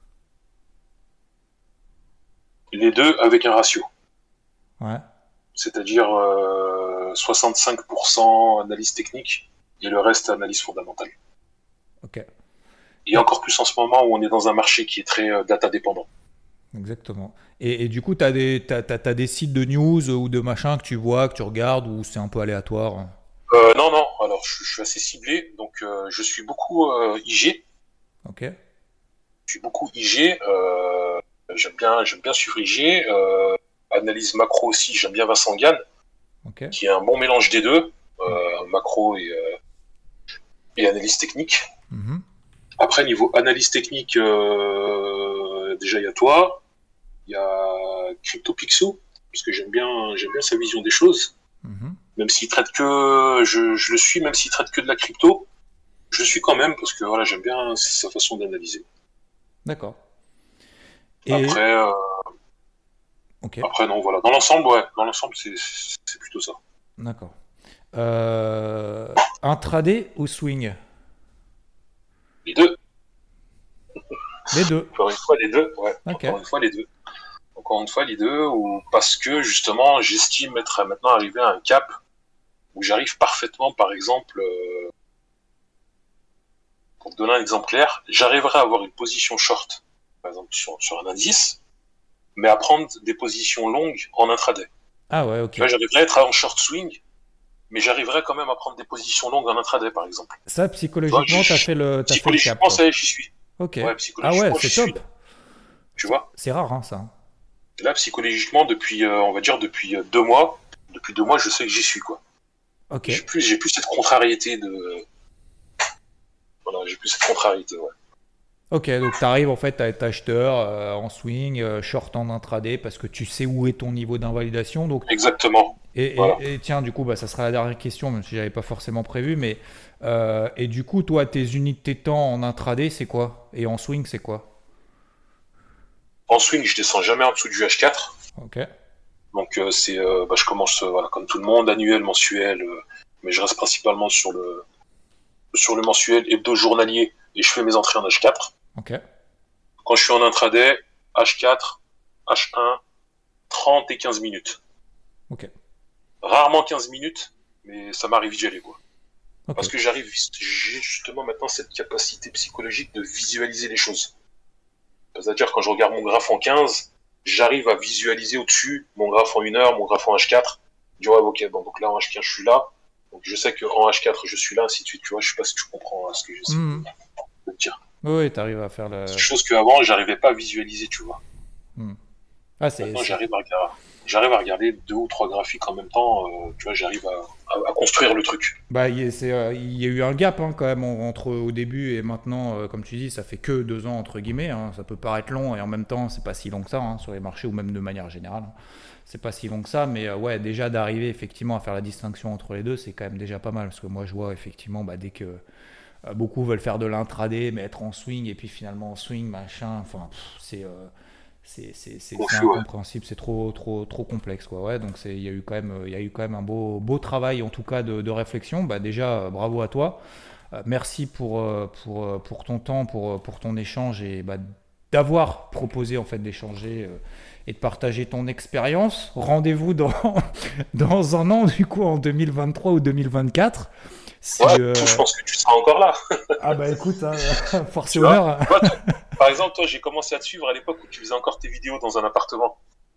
Speaker 3: Les deux avec un ratio.
Speaker 2: Ouais.
Speaker 3: C'est-à-dire euh, soixante-cinq pour cent analyse technique et le reste analyse fondamentale.
Speaker 2: Ok.
Speaker 3: Et encore plus en ce moment où on est dans un marché qui est très euh, data dépendant.
Speaker 2: Exactement. Et, et du coup, tu as des, t'as, t'as, t'as des sites de news ou de machin que tu vois, que tu regardes, ou c'est un peu aléatoire?
Speaker 3: Euh, non, non, alors je, je suis assez ciblé, donc euh, je suis beaucoup euh, I G.
Speaker 2: Ok.
Speaker 3: Je suis beaucoup I G. Euh, j'aime bien, j'aime bien suivre I G. Euh, analyse macro aussi, j'aime bien Vincent Gann,
Speaker 2: Ok.
Speaker 3: qui est un bon mélange des deux, euh, macro et, euh, et analyse technique.
Speaker 2: Mhm.
Speaker 3: Après, niveau analyse technique, euh, déjà il y a toi, il y a CryptoPixel, parce que j'aime bien, j'aime bien sa vision des choses.
Speaker 2: Mhm.
Speaker 3: Même s'il traite que, je, je le suis, même s'il traite que de la crypto, je le suis quand même parce que voilà, j'aime bien sa façon d'analyser.
Speaker 2: D'accord. Et
Speaker 3: Après, euh,
Speaker 2: ok.
Speaker 3: après non, voilà, dans l'ensemble, ouais, dans l'ensemble, c'est, c'est c'est plutôt ça.
Speaker 2: D'accord. Euh, intraday ou swing?
Speaker 3: Les deux,
Speaker 2: Les deux.
Speaker 3: encore une fois, les deux, ouais,
Speaker 2: Ok.
Speaker 3: encore une fois, les deux. Encore une fois, les deux, ou parce que justement, j'estime être maintenant arrivé à un cap où j'arrive parfaitement, par exemple, euh, pour te donner un exemple clair, j'arriverai à avoir une position short, par exemple sur, sur un indice, mais à prendre des positions longues en intraday.
Speaker 2: Ah ouais, ok.
Speaker 3: Tu vois, j'arriverai à être en short swing, mais j'arriverai quand même à prendre des positions longues en intraday, par exemple.
Speaker 2: Ça, psychologiquement,
Speaker 3: Tu vois, je-
Speaker 2: t'as fait le, t'as fait le cap,
Speaker 3: Psychologiquement,
Speaker 2: quoi.
Speaker 3: ça y est, j'y suis.
Speaker 2: Ok.
Speaker 3: Ouais,
Speaker 2: Ah ouais,
Speaker 3: psychologiquement,
Speaker 2: c'est
Speaker 3: j'y suis.
Speaker 2: top.
Speaker 3: Tu vois,
Speaker 2: C'est rare, hein, ça.
Speaker 3: là, psychologiquement, depuis, euh, on va dire, depuis euh, deux mois, depuis deux mois, je sais que j'y suis, quoi.
Speaker 2: Ok.
Speaker 3: J'ai plus, j'ai plus cette contrariété de, voilà, j'ai plus cette contrariété, ouais.
Speaker 2: Ok, donc tu arrives en fait à être acheteur euh, en swing, euh, short en intraday parce que tu sais où est ton niveau d'invalidation. Donc,
Speaker 3: Exactement.
Speaker 2: et,
Speaker 3: Voilà.
Speaker 2: et- et tiens, du coup, bah, ça sera la dernière question, même si j'avais pas forcément prévu. Mais euh, et du coup, toi, tes unités de temps en intraday, c'est quoi? Et en swing, c'est quoi?
Speaker 3: En swing, je descends jamais en dessous du H quatre.
Speaker 2: Ok,
Speaker 3: Donc, euh, c'est, euh, bah, je commence, euh, voilà, comme tout le monde, annuel, mensuel, euh, mais je reste principalement sur le, sur le mensuel hebdo journalier et je fais mes entrées en H quatre.
Speaker 2: ok,
Speaker 3: Quand je suis en intraday, H quatre, H un, trente et quinze minutes.
Speaker 2: ok,
Speaker 3: Rarement quinze minutes, mais ça m'arrive d'y aller, quoi.
Speaker 2: ok.
Speaker 3: Parce que j'arrive, j'ai justement maintenant cette capacité psychologique de visualiser les choses. C'est-à-dire, quand je regarde mon graphe en quinze, j'arrive à visualiser au-dessus mon graphe en une heure, mon graphe en H quatre. Je dis, ouais, ok, bon, donc là, en H quinze, je suis là. Donc, je sais qu'en H quatre, je suis là, ainsi de suite. Tu vois, je sais pas si tu comprends hein, ce que j'essaie
Speaker 2: Mhm.
Speaker 3: de te dire.
Speaker 2: Oui, tu arrives à faire le.
Speaker 3: C'est des choses qu'avant, j'arrivais pas à visualiser, tu vois.
Speaker 2: Mhm. Ah, c'est.
Speaker 3: Maintenant,
Speaker 2: c'est-
Speaker 3: j'arrive à regarder, j'arrive à regarder deux ou trois graphiques en même temps. euh, tu vois, j'arrive à, à- à construire le truc.
Speaker 2: Bah, il y, a, c'est, euh, il y a eu un gap hein, quand même en- entre au début et maintenant, euh, comme tu dis, ça fait que deux ans entre guillemets. Hein. Ça peut paraître long et en même temps, c'est pas si long que ça hein, sur les marchés ou même de manière générale. Hein. C'est pas si long que ça, mais euh, ouais, déjà d'arriver effectivement à faire la distinction entre les deux, c'est quand même déjà pas mal parce que moi je vois effectivement bah, dès que euh, beaucoup veulent faire de l'intraday, mais être en swing et puis finalement en swing machin, enfin pff, c'est euh, c'est c'est c'est c'est
Speaker 3: Confus, ouais.
Speaker 2: incompréhensible, c'est trop trop trop complexe quoi. Ouais, donc c'est il y a eu quand même il y a eu quand même un beau beau travail en tout cas de, de réflexion. Bah déjà euh, bravo à toi. Euh, merci pour euh, pour euh, pour ton temps, pour euh, pour ton échange et bah, d'avoir proposé en fait d'échanger euh, et de partager ton expérience. Rendez-vous dans dans un an du coup en deux mille vingt-trois ou deux mille vingt-quatre. Si,
Speaker 3: Ouais,
Speaker 2: euh,
Speaker 3: je pense que tu seras encore là.
Speaker 2: Ah bah écoute, hein, force et
Speaker 3: Tu vois.
Speaker 2: honneur.
Speaker 3: Toi, toi, par exemple, toi, j'ai commencé à te suivre à l'époque où tu faisais encore tes vidéos dans un appartement.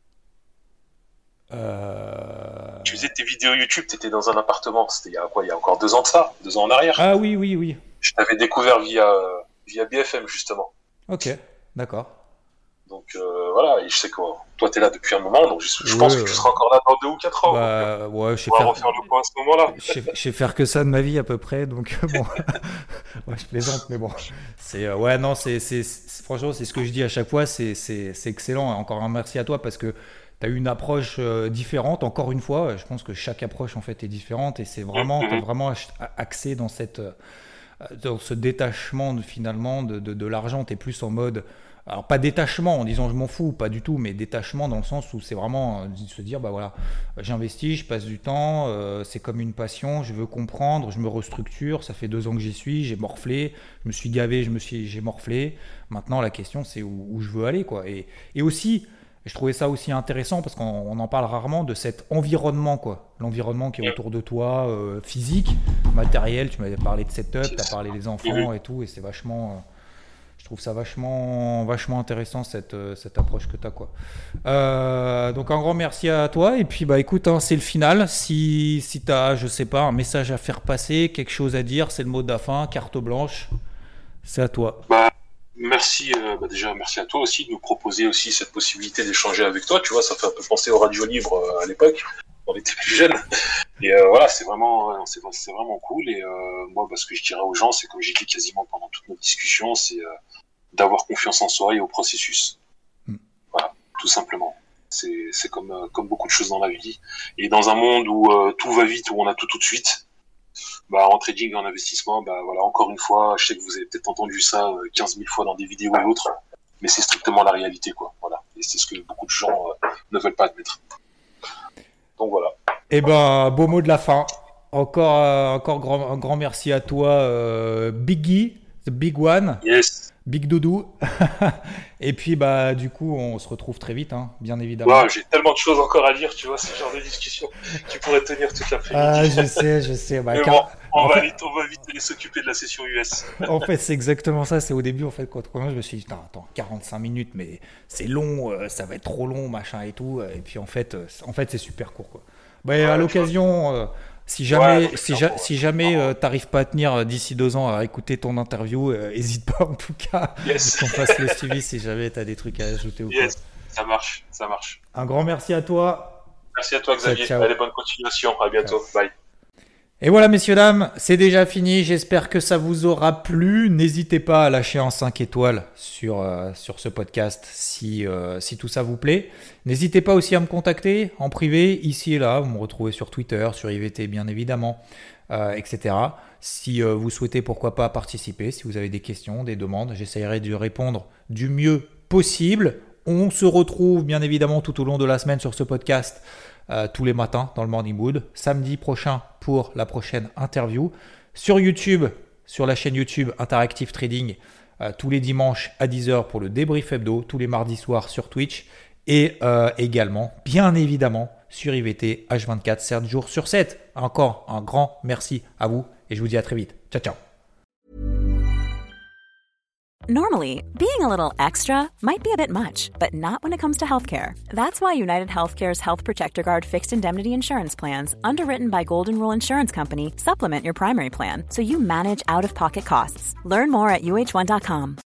Speaker 2: Euh,
Speaker 3: Tu faisais tes vidéos YouTube, t'étais dans un appartement. C'était il y a quoi? Il y a encore deux ans de ça, deux ans en arrière.
Speaker 2: Ah oui, oui, oui.
Speaker 3: Je t'avais découvert via euh, via B F M justement.
Speaker 2: Ok, d'accord.
Speaker 3: Donc euh, voilà, et je sais que euh, toi t'es là depuis un moment, donc je, je
Speaker 2: Ouais,
Speaker 3: pense que
Speaker 2: ouais.
Speaker 3: tu seras encore là dans deux ou quatre ans. Donc, euh,
Speaker 2: Bah ouais, je sais
Speaker 3: on va
Speaker 2: faire,
Speaker 3: refaire le point à ce moment-là.
Speaker 2: je sais, je sais faire que ça de ma vie à peu près, donc bon, ouais, je plaisante, mais bon, c'est euh, ouais non, c'est c'est c'est- franchement c'est ce que je dis à chaque fois, c'est c'est c'est excellent. Encore un merci à toi parce que tu as une approche euh, différente. Encore une fois, je pense que chaque approche en fait est différente et c'est vraiment t'es
Speaker 3: Mhm.
Speaker 2: vraiment ach- axé dans cette euh, dans ce détachement de, finalement de, de, de l'argent. Tu es plus en mode alors pas détachement en disant je m'en fous, pas du tout, mais détachement dans le sens où c'est vraiment euh, de se dire bah voilà, j'investis, je passe du temps, euh, c'est comme une passion, je veux comprendre, je me restructure, ça fait deux ans que j'y suis, j'ai morflé, je me suis gavé, je me suis, j'ai morflé. Maintenant la question c'est où, où je veux aller quoi. Et, et aussi, je trouvais ça aussi intéressant parce qu'on on en parle rarement de cet environnement quoi, l'environnement qui est autour de toi, euh, physique, matériel. Tu m'avais parlé de setup, tu as parlé des enfants et tout, et c'est vachement euh, Je trouve ça vachement, vachement intéressant cette, cette approche que tu as, quoi. Euh, donc un grand merci à toi. Et puis bah écoute, hein, c'est le final. Si, si tu as, je sais pas, un message à faire passer, quelque chose à dire, c'est le mot de la fin, carte blanche. C'est à toi.
Speaker 3: Bah, merci, euh, bah déjà merci à toi aussi de nous proposer aussi cette possibilité d'échanger avec toi. Tu vois, ça fait un peu penser aux radios libres euh, à l'époque. On était plus jeunes. Et euh, voilà, c'est vraiment, c'est, c'est vraiment cool. Et euh, moi, bah, ce que je dirais aux gens, c'est comme j'ai dit quasiment pendant toute notre discussion, c'est euh, d'avoir confiance en soi et au processus. Mm. Voilà, tout simplement. C'est, c'est comme, euh, comme beaucoup de choses dans la vie. Et dans un monde où euh, tout va vite, où on a tout tout de suite, bah, en trading et en investissement, bah, voilà, encore une fois, je sais que vous avez peut-être entendu ça euh, quinze mille fois dans des vidéos et autres, mais c'est strictement la réalité, quoi. Voilà. Et c'est ce que beaucoup de gens euh, ne veulent pas admettre. Donc voilà.
Speaker 2: Eh ben, beau mot de la fin. Encore, euh, encore grand, un grand merci à toi, euh, Biggie, the big one.
Speaker 3: Yes.
Speaker 2: Big Doudou. Et puis, bah, du coup, on se retrouve très vite, hein, bien évidemment.
Speaker 3: Wow, j'ai tellement de choses encore à dire, tu vois, ce genre de discussion qui pourrait tenir toute l'après-midi.
Speaker 2: Ah, je sais, je sais. Bah,
Speaker 3: Mais
Speaker 2: car...
Speaker 3: bon, on, va
Speaker 2: fait...
Speaker 3: vite, on va vite aller s'occuper de la session U S.
Speaker 2: En fait, c'est exactement ça. C'est au début, en fait, quand je me suis dit, attends, quarante-cinq minutes, mais c'est long, euh, ça va être trop long, machin et tout. Et puis, en fait, euh, en fait c'est super court, quoi. Bah, ouais, à l'occasion, euh, si jamais, ouais, si, ja- bon, si jamais euh, t'arrives pas à tenir d'ici deux ans à écouter ton interview, euh, hésite pas en tout cas yes. qu'on fasse le suivi si jamais t'as des trucs à ajouter ou
Speaker 3: yes.
Speaker 2: quoi.
Speaker 3: Ça marche, ça marche.
Speaker 2: Un grand merci à toi.
Speaker 3: Merci à toi Xavier. Ciao. Allez, bonne continuation. À bientôt. Ciao. Bye.
Speaker 2: Et voilà messieurs, dames, c'est déjà fini. J'espère que ça vous aura plu. N'hésitez pas à lâcher un cinq étoiles sur, euh, sur ce podcast si, euh, si tout ça vous plaît. N'hésitez pas aussi à me contacter en privé, ici et là. Vous me retrouvez sur Twitter, sur I V T bien évidemment, euh, et cetera. Si euh, vous souhaitez pourquoi pas participer, si vous avez des questions, des demandes, j'essaierai de répondre du mieux possible. On se retrouve bien évidemment tout au long de la semaine sur ce podcast. Euh, tous les matins dans le Morning Mood. Samedi prochain pour la prochaine interview. Sur YouTube, sur la chaîne YouTube Interactive Trading, euh, tous les dimanches à dix heures pour le débrief hebdo, tous les mardis soirs sur Twitch et euh, également, bien évidemment, sur I V T H vingt-quatre, sept jours sur sept. Encore un grand merci à vous et je vous dis à très vite. Ciao, ciao.
Speaker 4: Normally, being a little extra might be a bit much, but not when it comes to healthcare. That's why United Healthcare's Health Protector Guard fixed indemnity insurance plans, underwritten by Golden Rule Insurance Company, supplement your primary plan so you manage out-of-pocket costs. Learn more at U H one dot com.